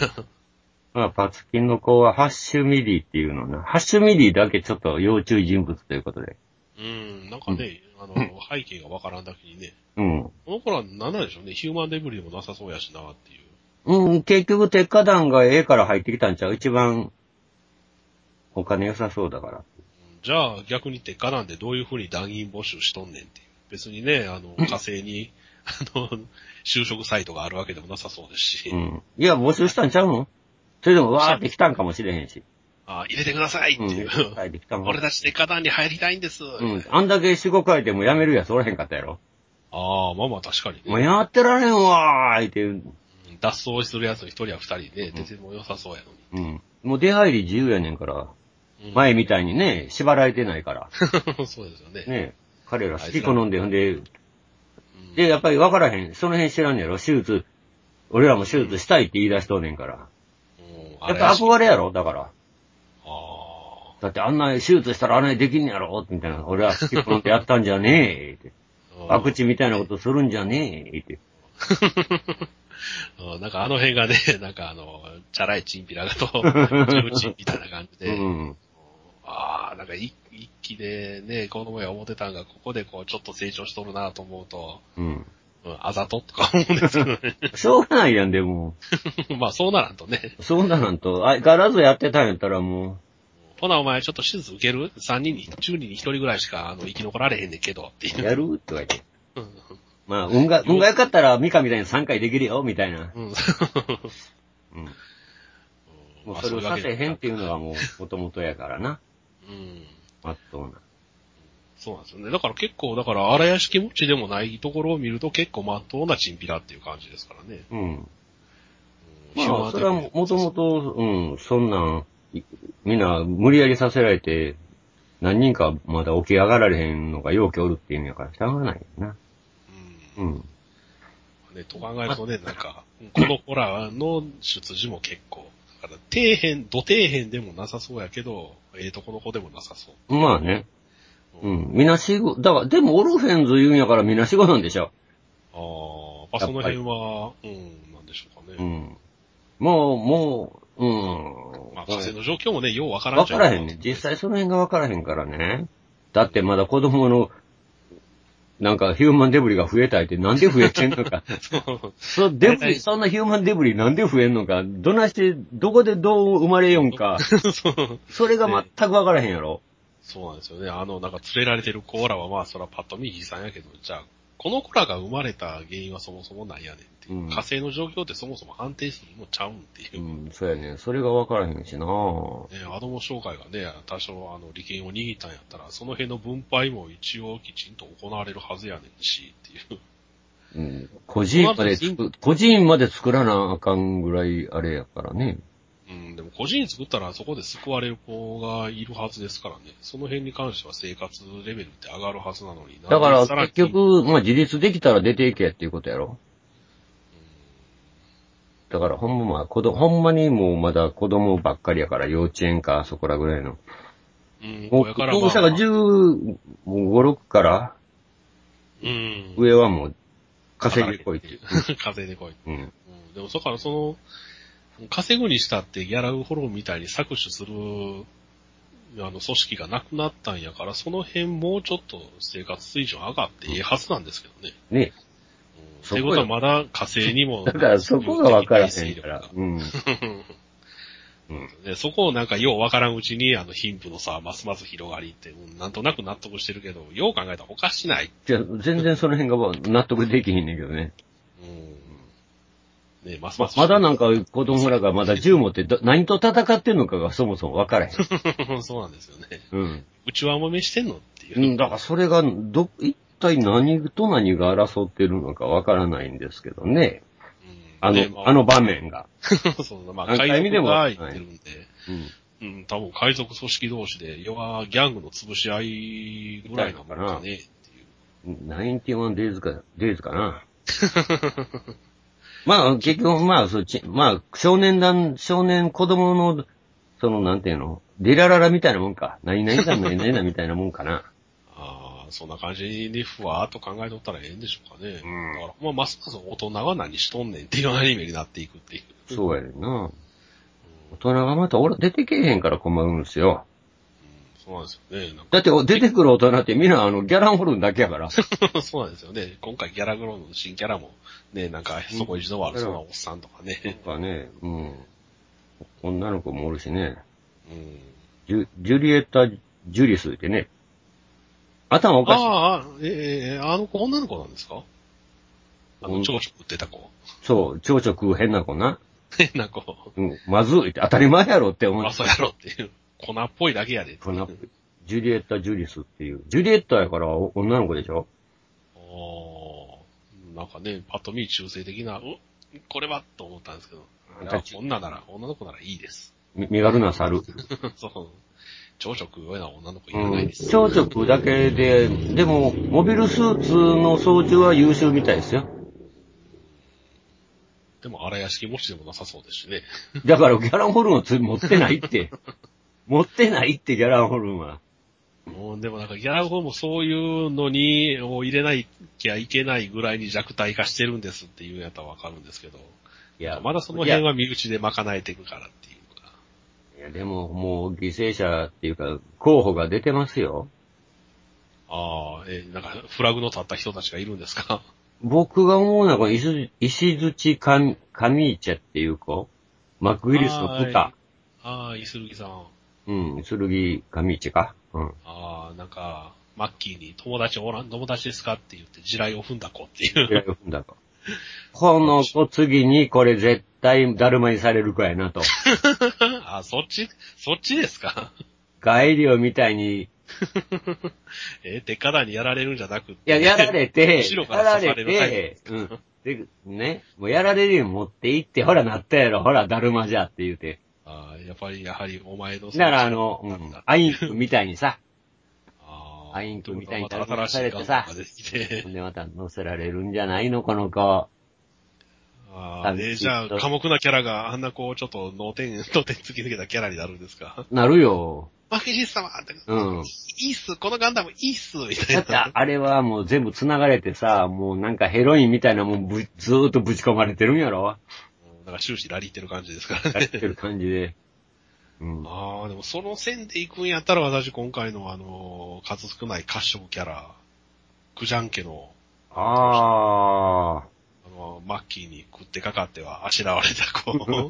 パツキンの子はハッシュミディっていうのな。ハッシュミディだけちょっと要注意人物ということで。 なんかね、背景がわからんだけにね。この子ら何なんでしょうね。ヒューマンデブリでもなさそうやしなっていう。 結局鉄火団が A から入ってきたんちゃう一番お金良さそうだから。 じゃあ逆に鉄火団でどういう風に団員募集しとんねんっていう。別にね、火星に、就職サイトがあるわけでもなさそうですし。 うん。いや、募集したんちゃうの？それでもわーって来たんかもしれへんし。 入れてくださいっていう。俺たち鉄火団に入りたいんです。 あんだけ4、5回でも辞めるやつおらへんかったやろ。 まあ確かにね。 もうやってられんわーっていう。 脱走するやつ1人や2人で出ても良さそうやのに。もう出入り自由やねんから。前みたいにね、縛られてないから。 そうですよね。 ね。彼ら好き好んで、で、やっぱり分からへん。その辺知らんやろ。俺らも手術したいって言い出しとんねんから。やっぱ憧れやろだから。だってあんな手術したらあんなにできんやろみたいな。俺は好き好んでやったんじゃねえって。博打みたいなことするんじゃねえって。 なんかあの辺がね、なんかチャラいチンピラがと、重鎮みたいな感じで。なんか一気でね、この前思ってたんが、ここでこうちょっと成長しとるなと思うと、あざととか思うんですけどね。 しょうがないやん、でも。 まあそうならんとね。 そうならんと。ガラズやってたんやったらもう。 ほなお前ちょっと手術受ける ?3 人に、10人に1人ぐらいしか生き残られへんねんけどっていう。 やるって言われて。まあ、運が良かったらミカみたいに3回できるよ、みたいな。もうそれをさせへんっていうのがもう、もともとやからな。まっとうな。 そうなんですよね。だから結構、荒屋敷持ちでもないところを見ると結構まっとうなチンピラっていう感じですからね。 まあ、それはもともと、そんなん、みんな無理やりさせられて、何人かまだ起き上がられへんのがようけおるっていうんやからしょうがないよな。 ね、と考えるとね、なんか、このホラーの出自も結構、だから底辺でもなさそうやけど、とこの子でもなさそう。 まあね。みなしご、だから、でもオルフェンズ言うんやからみなしごなんでしょ。 その辺は、なんでしょうかね。 もう、 まあ、火星の状況もね、ようわからんじゃん。 わからへんね。実際その辺がわからへんからね。だってまだ子供の、なんかヒューマンデブリが増えたいってなんで増えてんのか。そんなヒューマンデブリなんで増えんのか。どこでどう生まれよんか。それが全くわからへんやろ。 そうなんですよね。なんか連れられてるコーラはまあ、そらパッと見悲惨やけど、じゃあ、この子らが生まれた原因はそもそもなんやねんっていう。火星の状況ってそもそも安定してもちゃうんっていう。 そうやね。それが分からへんしな。 アドモ紹介がね、多少利権を握ったんやったら、その辺の分配も一応きちんと行われるはずやねんし、っていう。 個人まで作らなあかんぐらいあれやからね。 でも個人作ったらそこで救われる子がいるはずですからね。その辺に関しては生活レベルって上がるはずなのに。 だから結局、まあ自立できたら出ていけっていうことやろ。だからほんまにもうまだ子供ばっかりやから幼稚園かそこらぐらいの。もう保護者が15、6から、上はもう稼いでこいっていう。 稼いでこい。でもだから稼ぐにしたってギャラウホロンみたいに搾取する、組織がなくなったんやから、その辺もうちょっと生活水準上がっていいはずなんですけどね。 ね。 ってことはまだ火星にも。 だからそこがわからへんから。 そこをなんかようわからんうちに、貧富の差はますます広がりって、なんとなく納得してるけど、よう考えたらおかしない。 じゃ全然その辺が納得できひんねんけどね。 ね、ますます。 まだなんか子供らがまだ銃持って何と戦ってんのかがそもそも分からへん。そうなんですよね。うちはもめしてんのっていう。 だからそれが一体何と何が争ってるのか分からないんですけどね。あの場面が。 そうだ、まあ、海賊が言ってるんで。多分海賊組織同士で、要はギャングの潰し合いぐらいなのかね、っていう。 91デイズかな。まあ、結局、まあ、少年子供の、なんていうの、リラララみたいなもんか。何々だみたいなもんかな。 そんな感じにふわーっと考えとったらええんでしょうかね。だから、まあ、ますます大人が何しとんねんっていうアニメになっていくっていう。 そうやねんな。大人がまた出てけえへんから困るんですよ。 そうなんですよね。 だって出てくる大人ってみんなギャランホルンだけやから。 そうなんですよね。今回ギャラグローの新キャラも、ね、なんかそこ一度はあるそうなおっさんとかね。 とかね、女の子もおるしね。ジュリエッタ・ジュリスってね。頭おかしい。 あの子女の子なんですか？蝶々食ってた子。 そう、蝶々食う変な子な。 変な子。 まずいって当たり前やろって思って。 そうやろっていう。粉っぽいだけやで。 粉っぽい。ジュリエッタ・ジュリスっていう。ジュリエッタやから女の子でしょ？ なんかね、パッと見中性的な、これはと思ったんですけど。女の子ならいいです。 身軽な猿。 そう。蝶々食うような女の子いらないです。 蝶々食うだけで、でも、モビルスーツの操縦は優秀みたいですよ。 でも、荒屋敷持ちでもなさそうですしね。 だから、ギャランホルンは持ってないって。持ってないって、ギャランホルンは。 でもなんかギャランホルンもそういうのに入れなきゃいけないぐらいに弱体化してるんですっていうやったらわかるんですけど。いや、まだその辺は身内で賄えてるからっていうか。 いや、でももう犠牲者っていうか、候補が出てますよ。 なんかフラグの立った人たちがいるんですか？ 僕が思うのは、この石槌上市っていう子。マクギリスの部下。 イスルギさん。 イスルギ上市か。 なんか、マッキーに友達ですかって言って地雷を踏んだ子っていう。 地雷を踏んだ子。この子次にこれ絶対だるまにされる子やなと。 そっちですか？ 外量みたいに。 鉄火団にやられるんじゃなくて。 いや、やられて、 後ろから刺されるタイプ。 で、ね、もうやられるように持って行って、ほらなったやろ、ほらだるまじゃって言うて。 やはりお前の。 だからアインクみたいにさ。アインクみたいに新しいされてさ。でまた乗せられるんじゃないの、この子。 じゃあ、寡黙なキャラがあんなこう、ちょっと脳天突き抜けたキャラになるんですか？ なるよ。 マキシス様って、いいっす、このガンダムいいっす、みたいな。 だって、あれはもう全部繋がれてさ、もうなんかヘロインみたいなもんずーっとぶち込まれてるんやろ？ なんか終始ラリってる感じですからね。 ラリってる感じで。 でもその線で行くんやったら私今回の数少ない褐色キャラ、クジャン家の、マッキーに食ってかかってはあしらわれた子。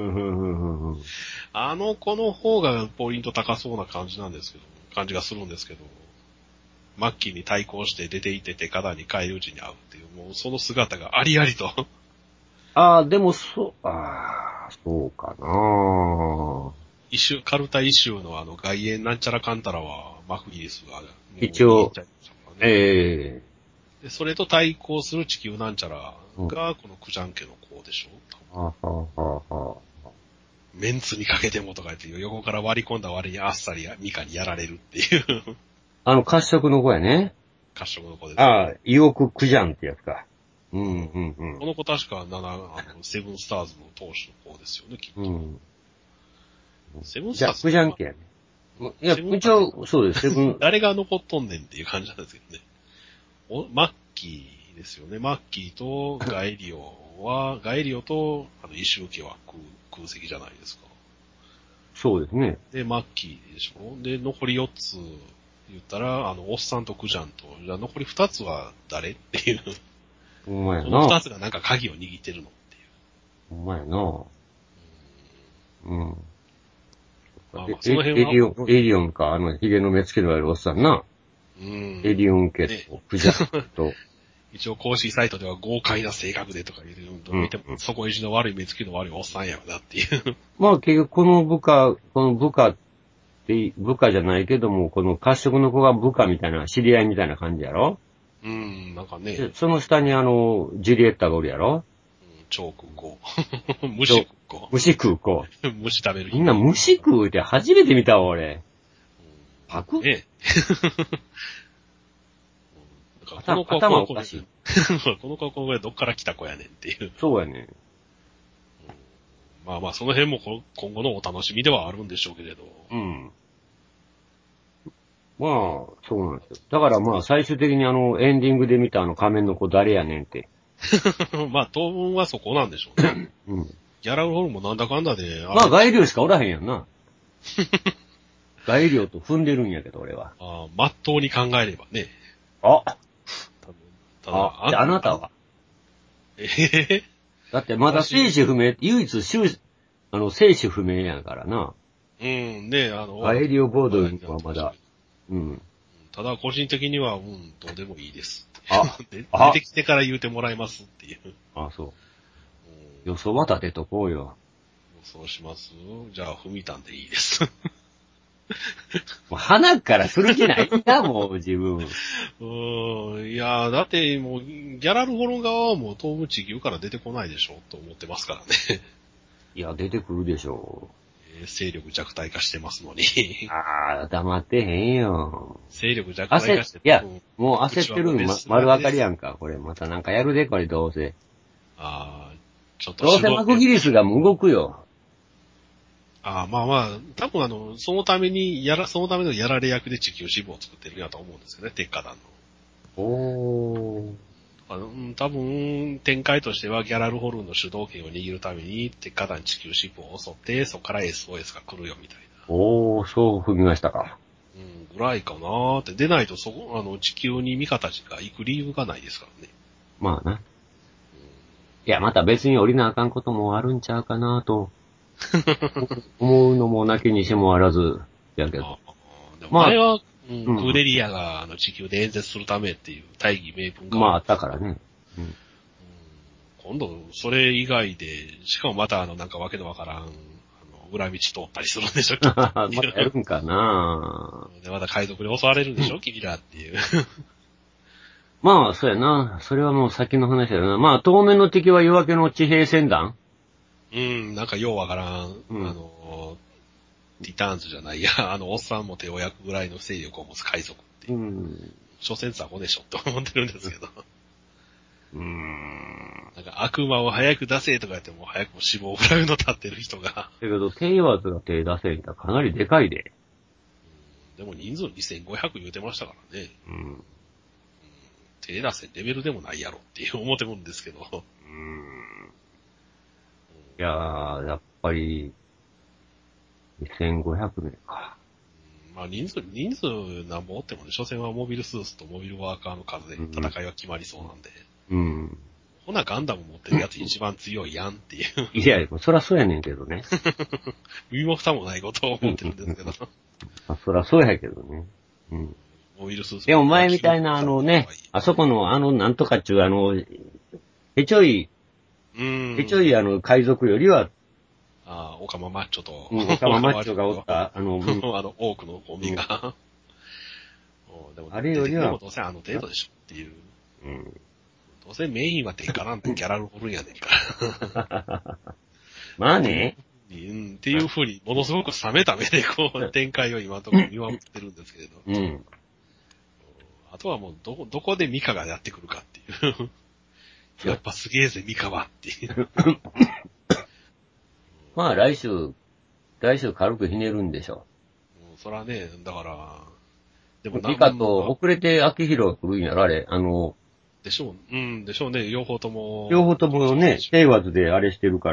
あの子の方がポイント高そうな感じがするんですけど、マッキーに対抗して出て行って鉄火団に帰るうちに会うっていう、もうその姿がありありと。 でもそうかなカルタイシューの外縁なんちゃらかんたらは、マクギリスが、 一応、 で、それと対抗する地球なんちゃらが、このクジャン家の子でしょ。メンツにかけてもとか言って、横から割り込んだ割にあっさりミカにやられるっていう。 褐色の子やね。 褐色の子ですね。 イオククジャンってやつか。この子確かセブンスターズの当主の子ですよね、きっと。セブンスターズ。 クジャン家やね。いや、一応、そうです、 誰が残っとんねんっていう感じなんですけどね。マッキーですよね。マッキーとガエリオと、イシュウ家は空席じゃないですか。 そうですね。 で、マッキーでしょ。で、残り4つ言ったら、おっさんとクジャンと、じゃあ残り2つは誰っていう。 ほんまやな。 この2つがなんか鍵を握ってるのっていう。 ほんまやな。 その辺はエリオンか、髭の目つけのあるおっさんな。エリオン家と、クジャンと。 一応公式サイトでは豪快な性格でとか言うのを見ても、底意地の悪い目つきの悪いおっさんやろなっていう。 まあ結局この部下じゃないけども、この褐色の子が部下みたいな、知り合いみたいな感じやろ？ なんかね。 その下にジュリエッタがおるやろ？ 超空港。虫食う子。 虫食う子。 虫食べる。 みんな虫食うって初めて見たわ、俺。パク？頭おかしい。 この子はこのぐらいどっから来た子やねんっていう。 そうやね。 まあその辺も今後のお楽しみではあるんでしょうけれど。 まあ、そうなんですよ。だからまあ最終的にエンディングで見た仮面の子誰やねんって。 まあ当分はそこなんでしょうね。ギャラルホルンもなんだかんだで。 まあ外量しかおらへんやんな。外量と踏んでるんやけど俺は。 まっとうに考えればね。 あなたはだってまだ生死不明、唯一生死不明やからな。 ねガエリオ・ボードウィンはまだうん。 ただ、個人的には、どうでもいいです。出てきてから言うてもらいますっていう。 そう。予想は立てとこうよ。 予想します？じゃあ、踏みたんでいいです。 もう鼻からする気ないんだ、もう自分。 いやだってもう、ギャラルホロン側はもう東部地球から出てこないでしょと思ってますからね。 いや、出てくるでしょう。勢力弱体化してますのに。 黙ってへんよ。 勢力弱体化していや、もう焦ってるの丸分かりやんか。これまたなんかやるで、これどうせ。 ちょっとどうせマクギリスがもう動くよ。 まあ、多分そのためのやられ役で地球支部を作ってるんやと思うんですよね、鉄火団の。多分、展開としてはギャラルホルンの主導権を握るために、鉄火団地球支部を襲って、そこから SOS が来るよみたいな。 そう踏みましたか。 ぐらいかなーって。出ないと地球に味方が行く理由がないですからね。 まあな。いや、また別に降りなあかんこともあるんちゃうかなと。思うのもなきにしもあらず、やけど。 前は、クレリアが地球で演説するためっていう大義名分が。 あったからね。 今度、それ以外で、しかもまたなんかわけのわからん、裏道通ったりするんでしょまたやるんかなで、また海賊に襲われるんでしょ君らっていう。 まあ、そうやな。それはもう先の話だよな。まあ、当面の敵は夜明けの地平線団？ なんかようわからん、リターンズじゃないや、おっさんも手を焼くぐらいの勢力を持つ海賊っていう。所詮雑魚でしょって思ってるんですけど。なんか悪魔を早く出せとか言っても早くも死亡ぐらいの立ってる人が。だけど、テイワーズが手出せんたらかなりでかいで。 でも人数2500言うてましたからね。手出せレベルでもないやろって思ってるんですけど。 いやー、やっぱり、2500名か。 まあ人数なんぼおってもね、所詮はモビルスーツとモビルワーカーの数で戦いは決まりそうなんで。ほなガンダム持ってるやつ一番強いやんっていう。 いや、そらそうやねんけどね。 身も蓋もないことを思ってるんですけど。 そらそうやけどね。 モビルスーツ。 でも前みたいなあそこのなんとかっちゅうへちょい海賊よりは、 オカママッチョと。 オカママッチョがおった、 多くのコンビが。でもあれよりは。 でもどうせ程度でしょっていう。どうせメインは鉄火なんてギャラルホルンやねんから。 まあね。 っていう風に、ものすごく冷めた目で展開を今のところ見守ってるんですけれど。あとはもうどこでミカがやってくるかっていう。やっぱすげえぜ、ミカはっていう。 まあ来週軽くひねるんでしょ。 そらね、だから、 でもミカと遅れて秋広来るんやろ、あれ。 でしょう。でしょうね、両方ともね、テイワーズであれしてるから。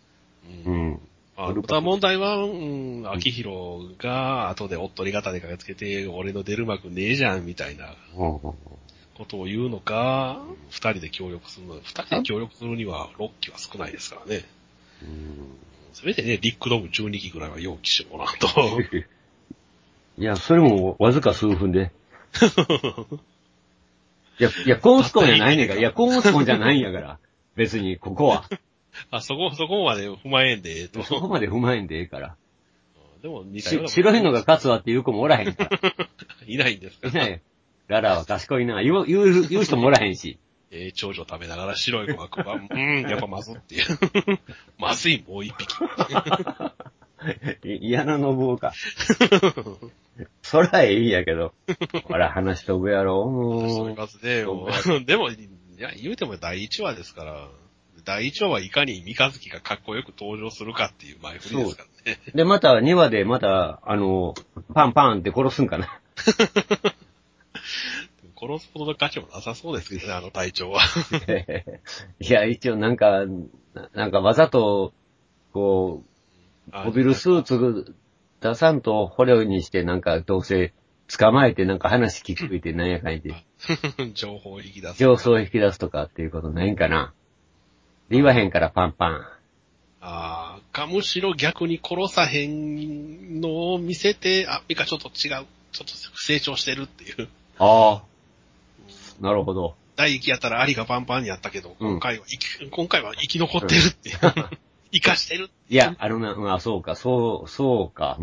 ただ問題は、秋広が後でおっとり型で駆けつけて、俺の出る幕ねえじゃん、みたいなことを言うのか、二人で協力するには6機は少ないですからね。せめてね、リックドーム12機ぐらいは4機してもらうと。 いや、それもわずか数分で。いや、コーンスコンじゃないねんから。いや、コーンスコンじゃないんやから。別に、ここは。 そこまで踏まえんでええと。 そこまで踏まえんでええから。 でも白いのが勝つわっていう子もおらへんから。 いないんですか？ いない。ララは賢いな。言う人もおらへんし。 長女食べながら白い子がやっぱまずっていう。まずい、もう一匹。 嫌なのぼうか。そらええんやけど。ほら、話飛ぶやろ、もう。 そういう数で、でも、言うても第1話ですから、第1話はいかに三日月がかっこよく登場するかっていう前振りですからね。 で、また2話でパンパンって殺すんかな。 殺すほどの価値もなさそうですけどね、隊長は。 いや、一応なんかわざと、モビルスーツ出さんと捕虜にしてどうせ捕まえて話聞くってなんやかんやて。 情報を引き出す。 情報を引き出すとかっていうことないんかな。言わへんからパンパン。 むしろ逆に殺さへんのを見せて、ミカちょっと違うっちょっと成長してるっていう。 ああ。なるほど。 第1期やったらアリがパンパンにやったけど、今回は生き残ってるっていう。生かしてる。 いや、そうか、そうか。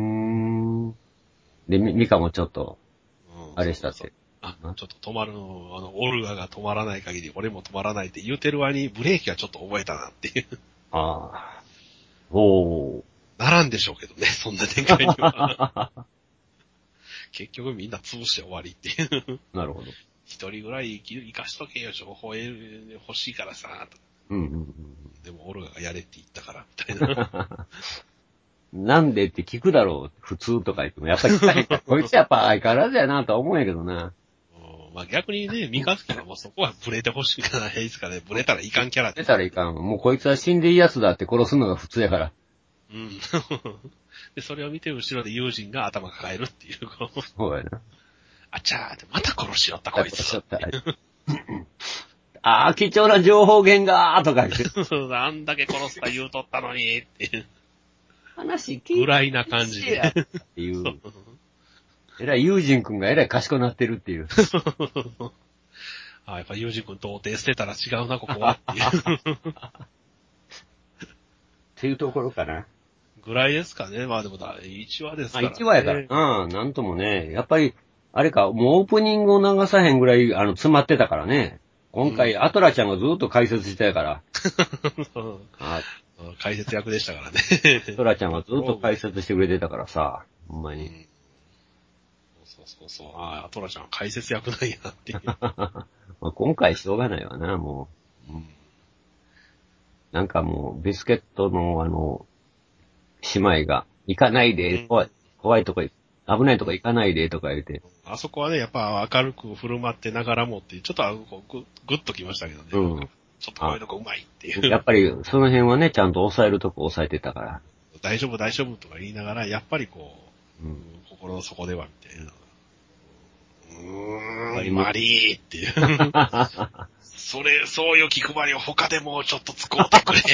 で、ミカもちょっと、あれしたって。 ちょっと止まるオルガが止まらない限り俺も止まらないって言うてる割にブレーキはちょっと覚えたなっていう。 ああ。おー。 ならんでしょうけどね、そんな展開には。結局みんな潰して終わりっていう。 なるほど。 一人ぐらい生かしとけよ、情報欲しいからさ、と。でもオルガがやれって言ったから、みたいな。 なんでって聞くだろう、普通とか言っても。やっぱりこいつやっぱ相変わらずやなとは思うんやけどな。 まあ逆にね、三日月はもうそこはブレてほしいからないですかね。ブレたらいかんキャラブレたらいかん。もうこいつは死んでいいやつだって殺すのが普通やから。 で、それを見て後ろで友人が頭抱えるっていう。 そうやな。 あちゃーってまた殺しよったこいつ。 ああ、貴重な情報源がーとか言って。 あんだけ殺すか言うとったのにっていう。 話聞いてぐらいな感じで。 っていう。えらい友人くんがえらい賢なってるっていう。 やっぱ友人くん童貞捨てたら違うな、ここはっていう。 っていうところかな。 ぐらいですかね。まあでも1話ですから、ね。 1話やから。なんともね。やっぱり、あれか、もうオープニングを流さへんぐらい、詰まってたからね。今回、アトラちゃんがずっと解説してたから。 解説役でしたからね。 アトラちゃんがずっと解説してくれてたからさ。ほんまに。 そう。アトラちゃんは解説役なんやなっていう。 今回しょうがないわな、もう。なんかもう、ビスケットの姉妹が、行かないで、怖いとこ、危ないとこ行かないでとか言って。 あそこはね、やっぱ明るく振る舞ってながらもって、ちょっとグッときましたけどね。ちょっとこういうとこうまいっていう。 やっぱり、その辺はね、ちゃんと抑えるとこ抑えてたから。 大丈夫とか言いながら、やっぱりこう、心の底ではみたいな。マリーっていう。そういう気配りを他でもちょっと使うてくれ。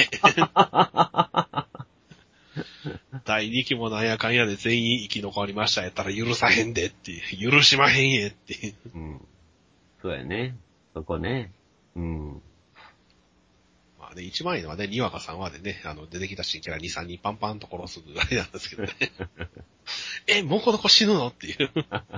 第2期もなんやかんやで全員生き残りましたやったら許さへんでっていう。許しまへんえっていう。 そうやね。そこね。 まあね、1万円はね、2話か3話でね、出てきた新キャラ2、3人パンパンと殺すぐらいなんですけどね。もうこの子死ぬのっていう。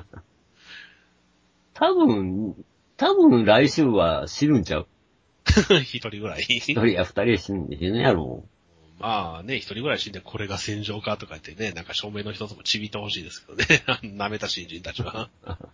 多分来週は死ぬんちゃう。 一人ぐらい。 一人や二人死ぬやろう。 まあね、一人ぐらい死んでこれが戦場かとか言ってね、なんか証明の一つもちびってほしいですけどね。舐めた新人たちは。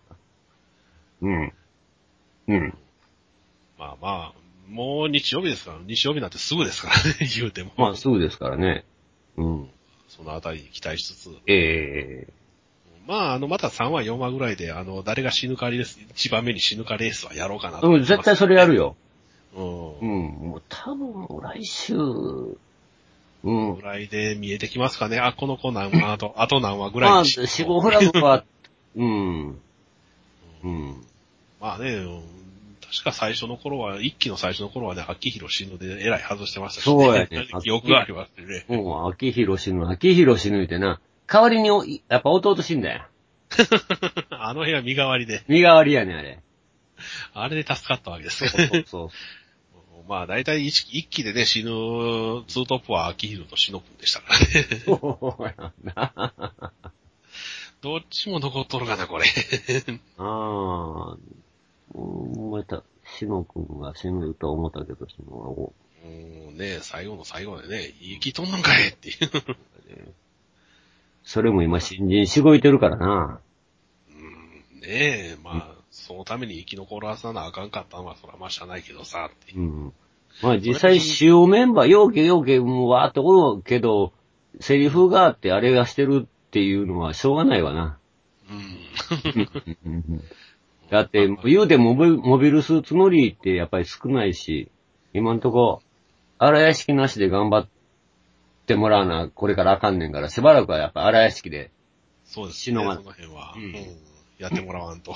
まあ、もう日曜日ですから、日曜日なんてすぐですからね、言うても。 まあすぐですからね。 そのあたりに期待しつつ。 まあ、また3話4話ぐらいで、誰が死ぬかレース、一番目に死ぬかレースはやろうかなと、 絶対それやるよ。 もう多分来週、 ぐらいで見えてきますかね。この子何話あと何話ぐらいに。死後フラグは、 まあね、確か最初の頃は、一期の最初の頃はね、秋広死ぬでえらい外してましたしね。そうやね。 記憶がありますね。 秋広死ぬってな。代わりに、やっぱ弟死んだよ。 あの部屋身代わりで。 身代わりやね、あれ。 あれで助かったわけですそう。 まあ大体一期でね、死ぬツートップは秋広と篠君でしたからね。 そうやな。 どっちも残っとるかな、これ。 また、篠君が死ぬと思ったけど、 ね最後の最後でね、生きとんのかいっていう。 それも今新人しごいてるからな。 まあ、そのために生き残らさなあかんかったのは、そらまあしゃないけどさ、って。 まあ実際主要メンバー、ようけもうわーっておるけど、セリフがあってあれがしてるっていうのはしょうがないわな。だって、言うてモビルスーツ乗りってやっぱり少ないし、今んとこ、荒屋敷なしで頑張ってもらうな、これからあかんねんから、しばらくはやっぱ荒屋敷で。 そうですね、その辺は、やってもらわんと。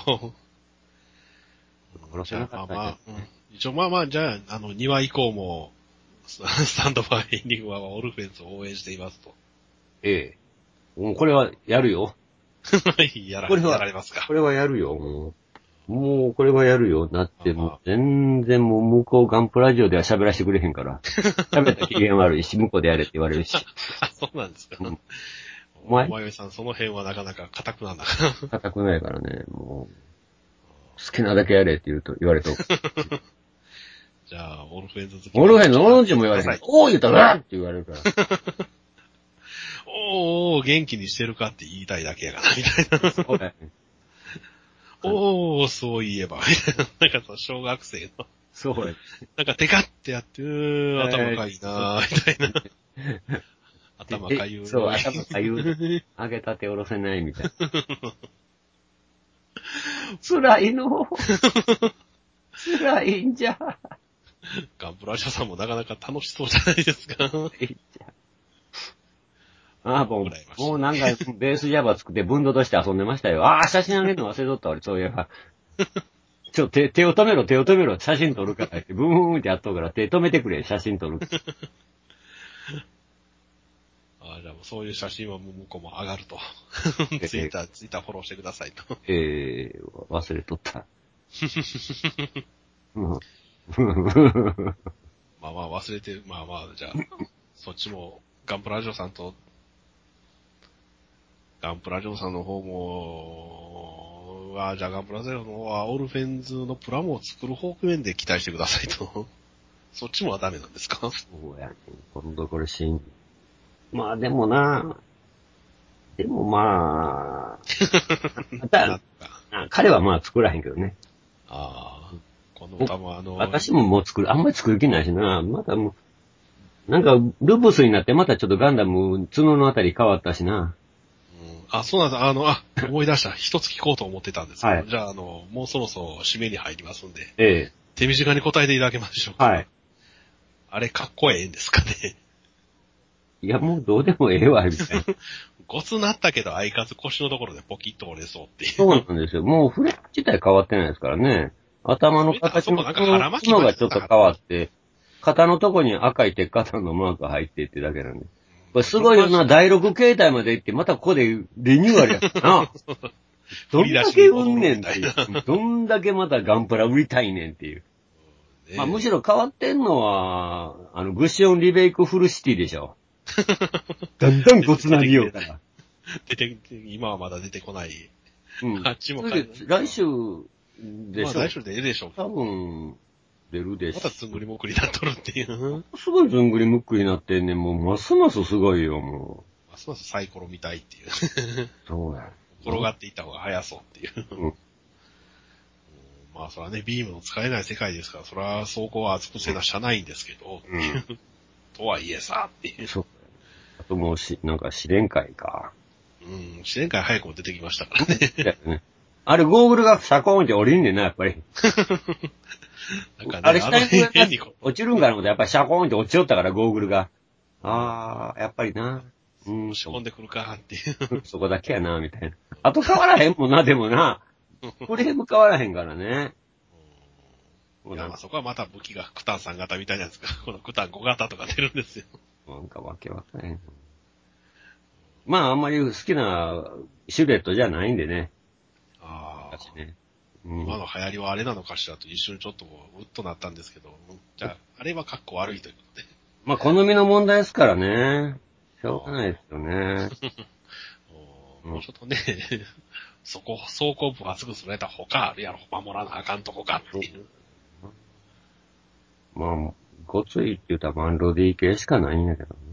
一応まあ、じゃあ、2話以降も、スタンドバイエンディングはオルフェンズを応援していますと。 これはやるよ。 やられますか。 これはやるよ、もう、これはやるよ。だって、もう、全然もう、向こうガンプラジオでは喋らせてくれへんから。喋った機嫌悪いし、向こうでやれって言われるし。 そうなんですか。お前さん、その辺はなかなか固くなんだから。 固くないからね、もう、好きなだけやれって言われと。 じゃあ、オルフェンズ好き。 オルフェンズ、オルンチも言われへん。おー言ったら、って言われるから。 おー、元気にしてるかって言いたいだけやから、みたいな。そうだよね。おー、そういえば、みたいな。なんか小学生の。 そうや。 なんかテカってやって、頭かいなー、みたいな。頭かゆい。 そう、頭かゆい。上げた手下ろせない、みたいな。辛いの。辛いんじゃ。 ガンプラ社さんもなかなか楽しそうじゃないですか。 ああ、もうなんか、ベースジャバ作ってブンドとして遊んでましたよ。ああ、写真あげるの忘れとった俺、そういえば。手を止めろ、写真撮るからって、ブーンってやっとるから、手止めてくれ、写真撮る。 ああ、じゃあもうそういう写真は向こうも上がると。ツイッターフォローしてくださいと。 忘れとった。 まあ忘れて、じゃあ、そっちも、ガンプラジオさんの方も、じゃあガンプラジオの方はオルフェンズのプラモを作る方面で期待してくださいと。そっちもはダメなんですか？ そうやね。今度これまあでもまあ、彼はまあ作らへんけどね。 この歌も私ももうあんまり作る気ないしな。またもう、なんか、ルブスになってまたちょっとガンダム、角のあたり変わったしな。 そうなんだ。思い出した。一つ聞こうと思ってたんですけど、はい、じゃあ、もうそろそろ締めに入りますんで、手短に答えていただけましょうか。はい。あれ、かっこええんですかね。 いや、もうどうでもええわ、みたいな。 ごつなったけど、相変わらず腰のところでポキッと折れそうっていう。 そうなんですよ。もうフレーム自体変わってないですからね。頭の形の角がちょっと変わって、肩のとこに赤い鉄肩のマーク入ってってだけなんで。これすごいよな、第6形態まで行って、またここでリニューアルやったな。どんだけ売んねんっていう。どんだけまたガンプラ売りたいねんっていう。まあむしろ変わってんのは、グッシオンリベイクフルシティでしょ。だんだんごつなりようから。 今はまだ出てこない。 あっちも来週でしょ。 来週で出るでしょ。 多分、出るでしょ。 またずんぐりむっくりなっとるっていう。 すごいずんぐりむっくりなってんねん。もう、ますますすごいよ、もう。ますますサイコロ見たいっていう。 そうや。 転がっていった方が早そうっていう。まあ、それはね、ビームの使えない世界ですから、それは走行は厚くせなしゃないんですけど、とはいえさ、っていう。 そう。あともうなんか試練会か。 試練会早くも出てきましたからね。 あれ、ゴーグルがシャコーンって降りんねんな、やっぱり。なんかね、あれ、下に落ちるんかなとやっぱりシャコーンって落ちよったから、ゴーグルが。やっぱりな。 仕込んでくるか、っていう。 そこだけやな、みたいな。あと変わらへんもんな、でもな。フレーム変わらへんからね。 いや、そこはまた武器がクタン3型みたいなやつが、このクタン5型とか出るんですよ。 なんかわけわかへん。まあ、あんまり好きなシルエットじゃないんでね。 今の流行りはあれなのかしらと一瞬ちょっとうっとなったんですけど、じゃあ、あれは格好悪いということで。 まあ、好みの問題ですからね。しょうがないですよね。 もうちょっとね、走行部厚くするやったら他あるやろ、守らなあかんとこかっていう。 まあ、ごついって言ったらマンロディ系しかないんやけどね。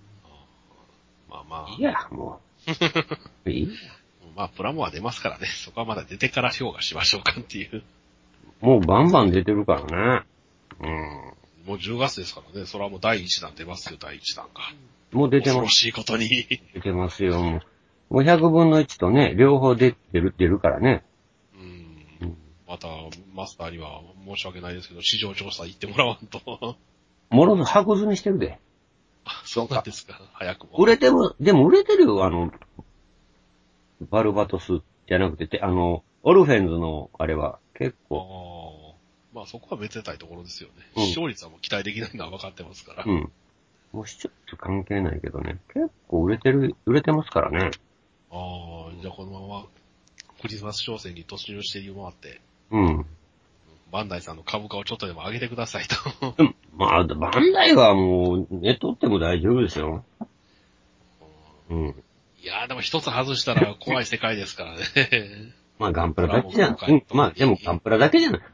いや、もう。いいや。 まあ、プラモは出ますからね。そこはまだ出てから評価しましょうかっていう。 もうバンバン出てるからね。 もう10月ですからね。それはもう第1弾出ますよ、第1弾が。 もう出てます。 恐ろしいことに。 出てますよ、もう100分の1とね、両方出るからね。 また、マスターには申し訳ないですけど、市場調査行ってもらわんと。 もろず箱積みしてるで。 そうなんですか、早くも。 でも売れてるよ、バルバトスじゃなくて、オルフェンズのあれは結構。 まあそこは別れたいところですよね。視聴率はもう期待できないのは分かってますから。 もう視聴率関係ないけどね、結構売れてますからね。 じゃあこのままクリスマス商戦に突入してもらって、 うん。 バンダイさんの株価をちょっとでも上げてくださいと。 まあ、バンダイはもう、寝とっても大丈夫ですよ。うん。 いやーでも一つ外したら怖い世界ですからね。 まあ、ガンプラだけじゃん。うん、まあ、でもガンプラだけじゃない。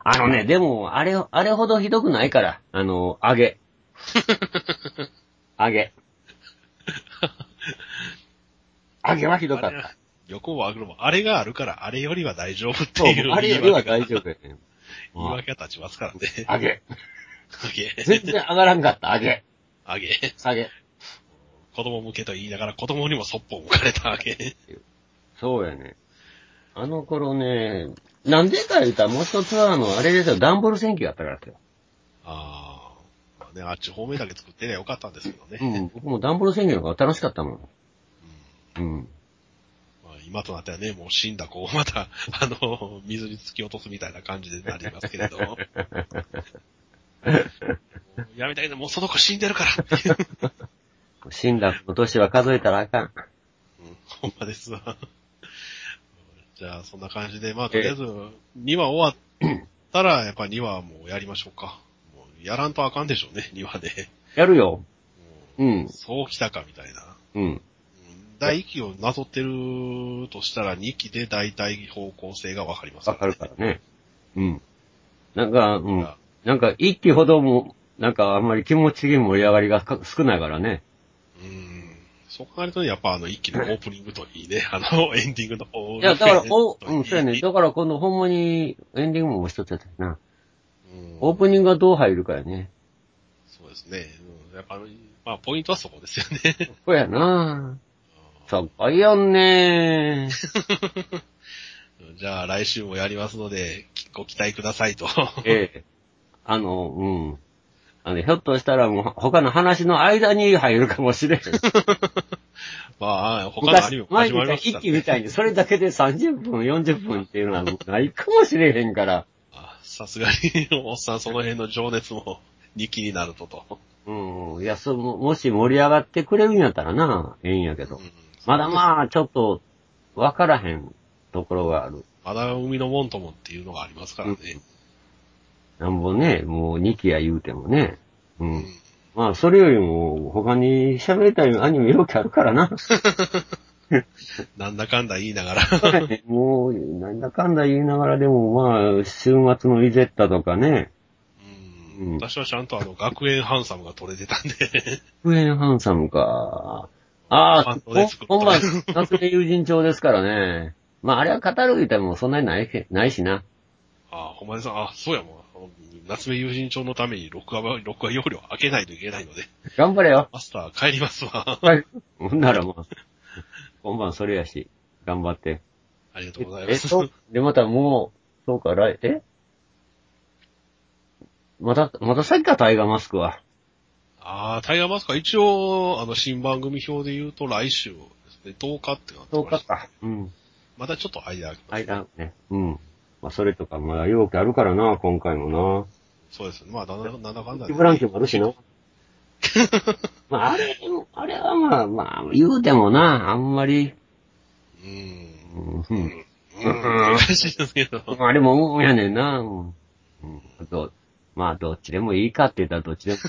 でも、あれほどひどくないから。上げ。上げ。上げはひどかった。 横も上げるも、あれがあるから、あれよりは大丈夫っていう。 あれよりは大丈夫やね。 言い訳が立ちますからね。 上げ。 上げ。 全然上がらんかった、上げ。 上げ。 下げ。 子供向けと言いながら子供にもそっぽを向かれたわけ。 そうやね。あの頃ね、なんでか言うたらもう一つはあれですよ、ダンボール戦記があったからですよ。 ああ。まあね、あっち方面だけ作ってりゃよかったんですけどね。 うん、僕もダンボール戦記の方が楽しかったもん。うん。 まあ、今となってはね、もう死んだ子をまた、水に突き落とすみたいな感じになりますけれど。やめたいけど、もうその子死んでるからっていう。 死んだ子年は数えたらあかん。 うん、ほんまですわ。じゃあ、そんな感じで、まあ、とりあえず、2話終わったら、やっぱ2話もうやりましょうか。もうやらんとあかんでしょうね、2話で。 やるよ。うん。 そうきたか、みたいな。 うん。 第1期をなぞってるとしたら、2期で大体方向性がわかりますからね。わかるからね。うん。なんか、うん。なんか、1期ほども、なんかあんまり気持ち的に盛り上がりが少ないからね。 そう考えるとね、やっぱ一気にオープニングといいね、エンディングの方いや、だから、そうやね。だから今度ほんまにエンディングも一つやったな。オープニングがどう入るかやね。 そうですね。やっぱ、まあ、ポイントはそこですよね。 そうやなそこやんねじゃあ、来週もやりますので、ご期待くださいと。 ええ。うん。ひょっとしたらもう他の話の間に入るかもしれん。 まあ、他のアニメも始まりましたね。 一期みたいにそれだけで30分、40分っていうのはないかもしれへんから。 さすがに、おっさんその辺の情熱も2期になると。 うん。いや、もし盛り上がってくれるんやったらな、ええんやけど。まだまあ、ちょっと、わからへんところがある。 まだ海のもんともっていうのがありますからね。 なんぼね、もう2期や言うてもね。うん。まあ、それよりも、他に喋りたいアニメよくあるからな。 なんだかんだ言いながら。 もう、なんだかんだ言いながらでも、まあ、週末のイゼッタとかね。 私はちゃんと学園ハンサムが取れてたんで。 学園ハンサムか。ああ、本番、夏目友人帳ですからね。まあ、あれは語る言うてもそんなにないしな。 ほんまにそうやもん。夏目友人帳のために録画容量開けないといけないので。 頑張れよ。 マスター帰りますわ。 はい。ほんならもう、今晩それやし、頑張って。 ありがとうございます。 で、またもう、そうか、また先か、タイガーマスクは。 タイガーマスクは一応、新番組表で言うと来週ですね、10日ってなってました。 10日か。うん。 またちょっと間空きます。 間ね。うん。まあ、それとか、まあ、容器あるからな、今回もな。 そうですね。まあ、なんだかんだで。 ブランケもあるしな。まあ、あれはまあ、言うてもな、あんまり。 難しいですけど。 あれも、やねんな。まあ、どっちでもいいかって言ったらどっちで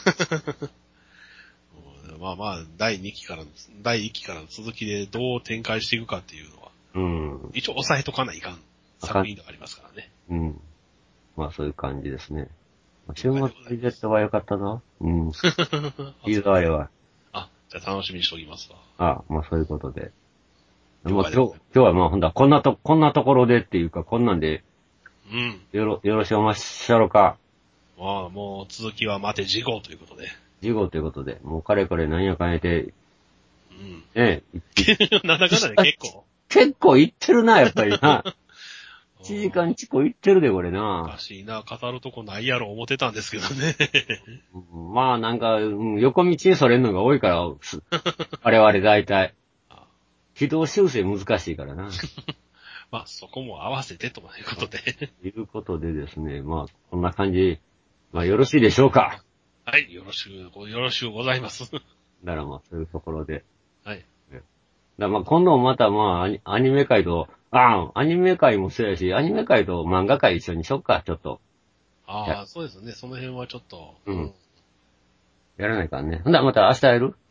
も。まあ、第1期からの続きでどう展開していくかっていうのは、一応押さえとかないかん作品ではありますからね。 まあ、そういう感じですね。週末リゼットは良かったな。いいぞ、あれは。 じゃあ楽しみにしておきますわ。 まあそういうことで。今日はまあほんだ、こんなところでっていうか、こんなんで、よろしおましゃろか。 まあ、もう続きは待て次号ということで。 次号ということで、もうかれこれ何やかんやて、 なんだかんだで結構言ってるな、やっぱりな。1時間1個言ってるで、これな。 おかしいな、語るとこないやろ思ってたんですけどね。 まあなんか、横道にそれんのが多いから、我々大体。軌道修正難しいからな。 まあそこも合わせてということで。 ということでですね、まあこんな感じ、まあよろしいでしょうか。 はい、よろしゅうございます。 だからまあそういうところで。 はい。 だまあ今度もまたまあ、アニメ界と、アニメ界もそうやし、アニメ界と漫画界一緒にしよっか、ちょっと。 ああ、そうですね。その辺はちょっと。 うん。やらないからね。ほんだらまた明日やる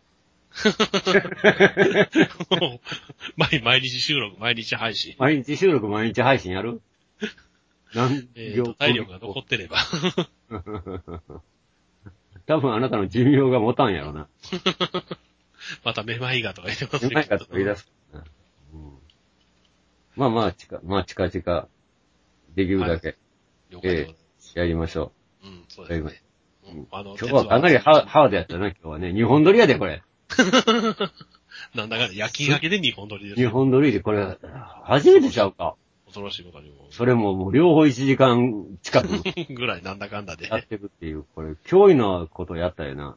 毎日収録、毎日配信。 毎日収録、毎日配信やる体力が残ってれば。 多分あなたの寿命が持たんやろな。 まためまいがとか言ってますね。めまいがとか言い出す、うん。まあ、近々、できるだけ。 了解でございます。 やりましょう。うん、そうですね。 今日はかなりハードやったな、今日はね。日本撮りやで、これ。 なんだか夜勤明けで日本撮りです。 日本撮りでこれ、初めてちゃうか。 恐ろしいことにも。 それもう両方1時間近く。 ぐらいなんだかんだで。 やってるっていう、これ、驚異のことやったよな。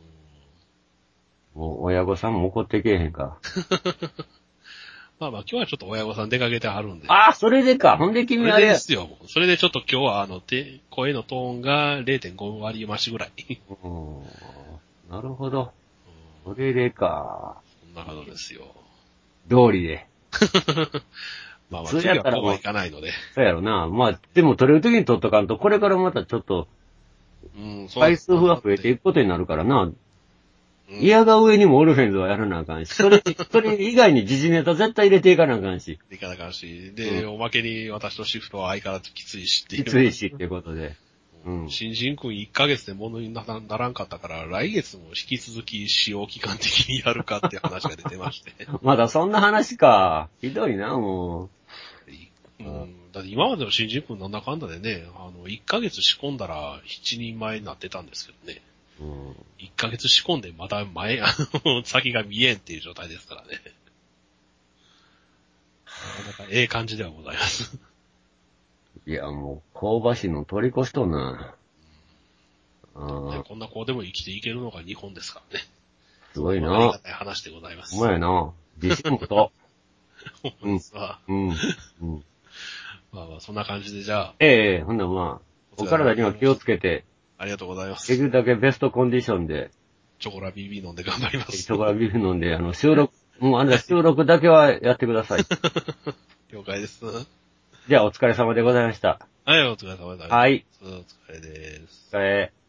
もう親御さんも怒ってけえへんか。 まあ今日はちょっと親御さん出かけてはるんで。 それでか。ほんで君あれ。 ですよ。それでちょっと今日は声のトーンが 0.5 割増しぐらい。 なるほど。それでか。 そんなことですよ。 道理で。 まあ次はこうはいかないので。 そうやろな。まあ、でも取れる時に取っとかんと、これからまたちょっと、回数が増えていくことになるからな。嫌が上にもオルフェンズはやらなあかんし、それ以外に時事ネタ絶対入れていかなあかんし。 いかなあかんし。で、おまけに私のシフトは相変わらずきついしっていう。 きついしっていうことで。 新人君1ヶ月で物にならんかったから、来月も引き続き使用期間的にやるかっていう話が出てまして。 まだそんな話か。ひどいな、もう。 だって今までの新人君なんだかんだでね、1ヶ月仕込んだら7人前になってたんですけどね。1ヶ月仕込んでまだ先が見えんっていう状態ですからね。なかなかええ感じではございます。 いや、もう、香ばしいの取り越しとんな。 こんな子でも生きていけるのが日本ですからね。 すごいな。 ありがたい話でございます。 うまいな。自信もと。 まあそんな感じでじゃあ。 ほんならまあ、お体には気をつけて。 ありがとうございます。 できるだけベストコンディションで。 チョコラ BB 飲んで頑張ります。 チョコラ BB 飲んで、収録だけはやってください。 了解です。 じゃあお疲れ様でございました。 はい、お疲れ様でございました。 はい。 お疲れです。 お疲れ。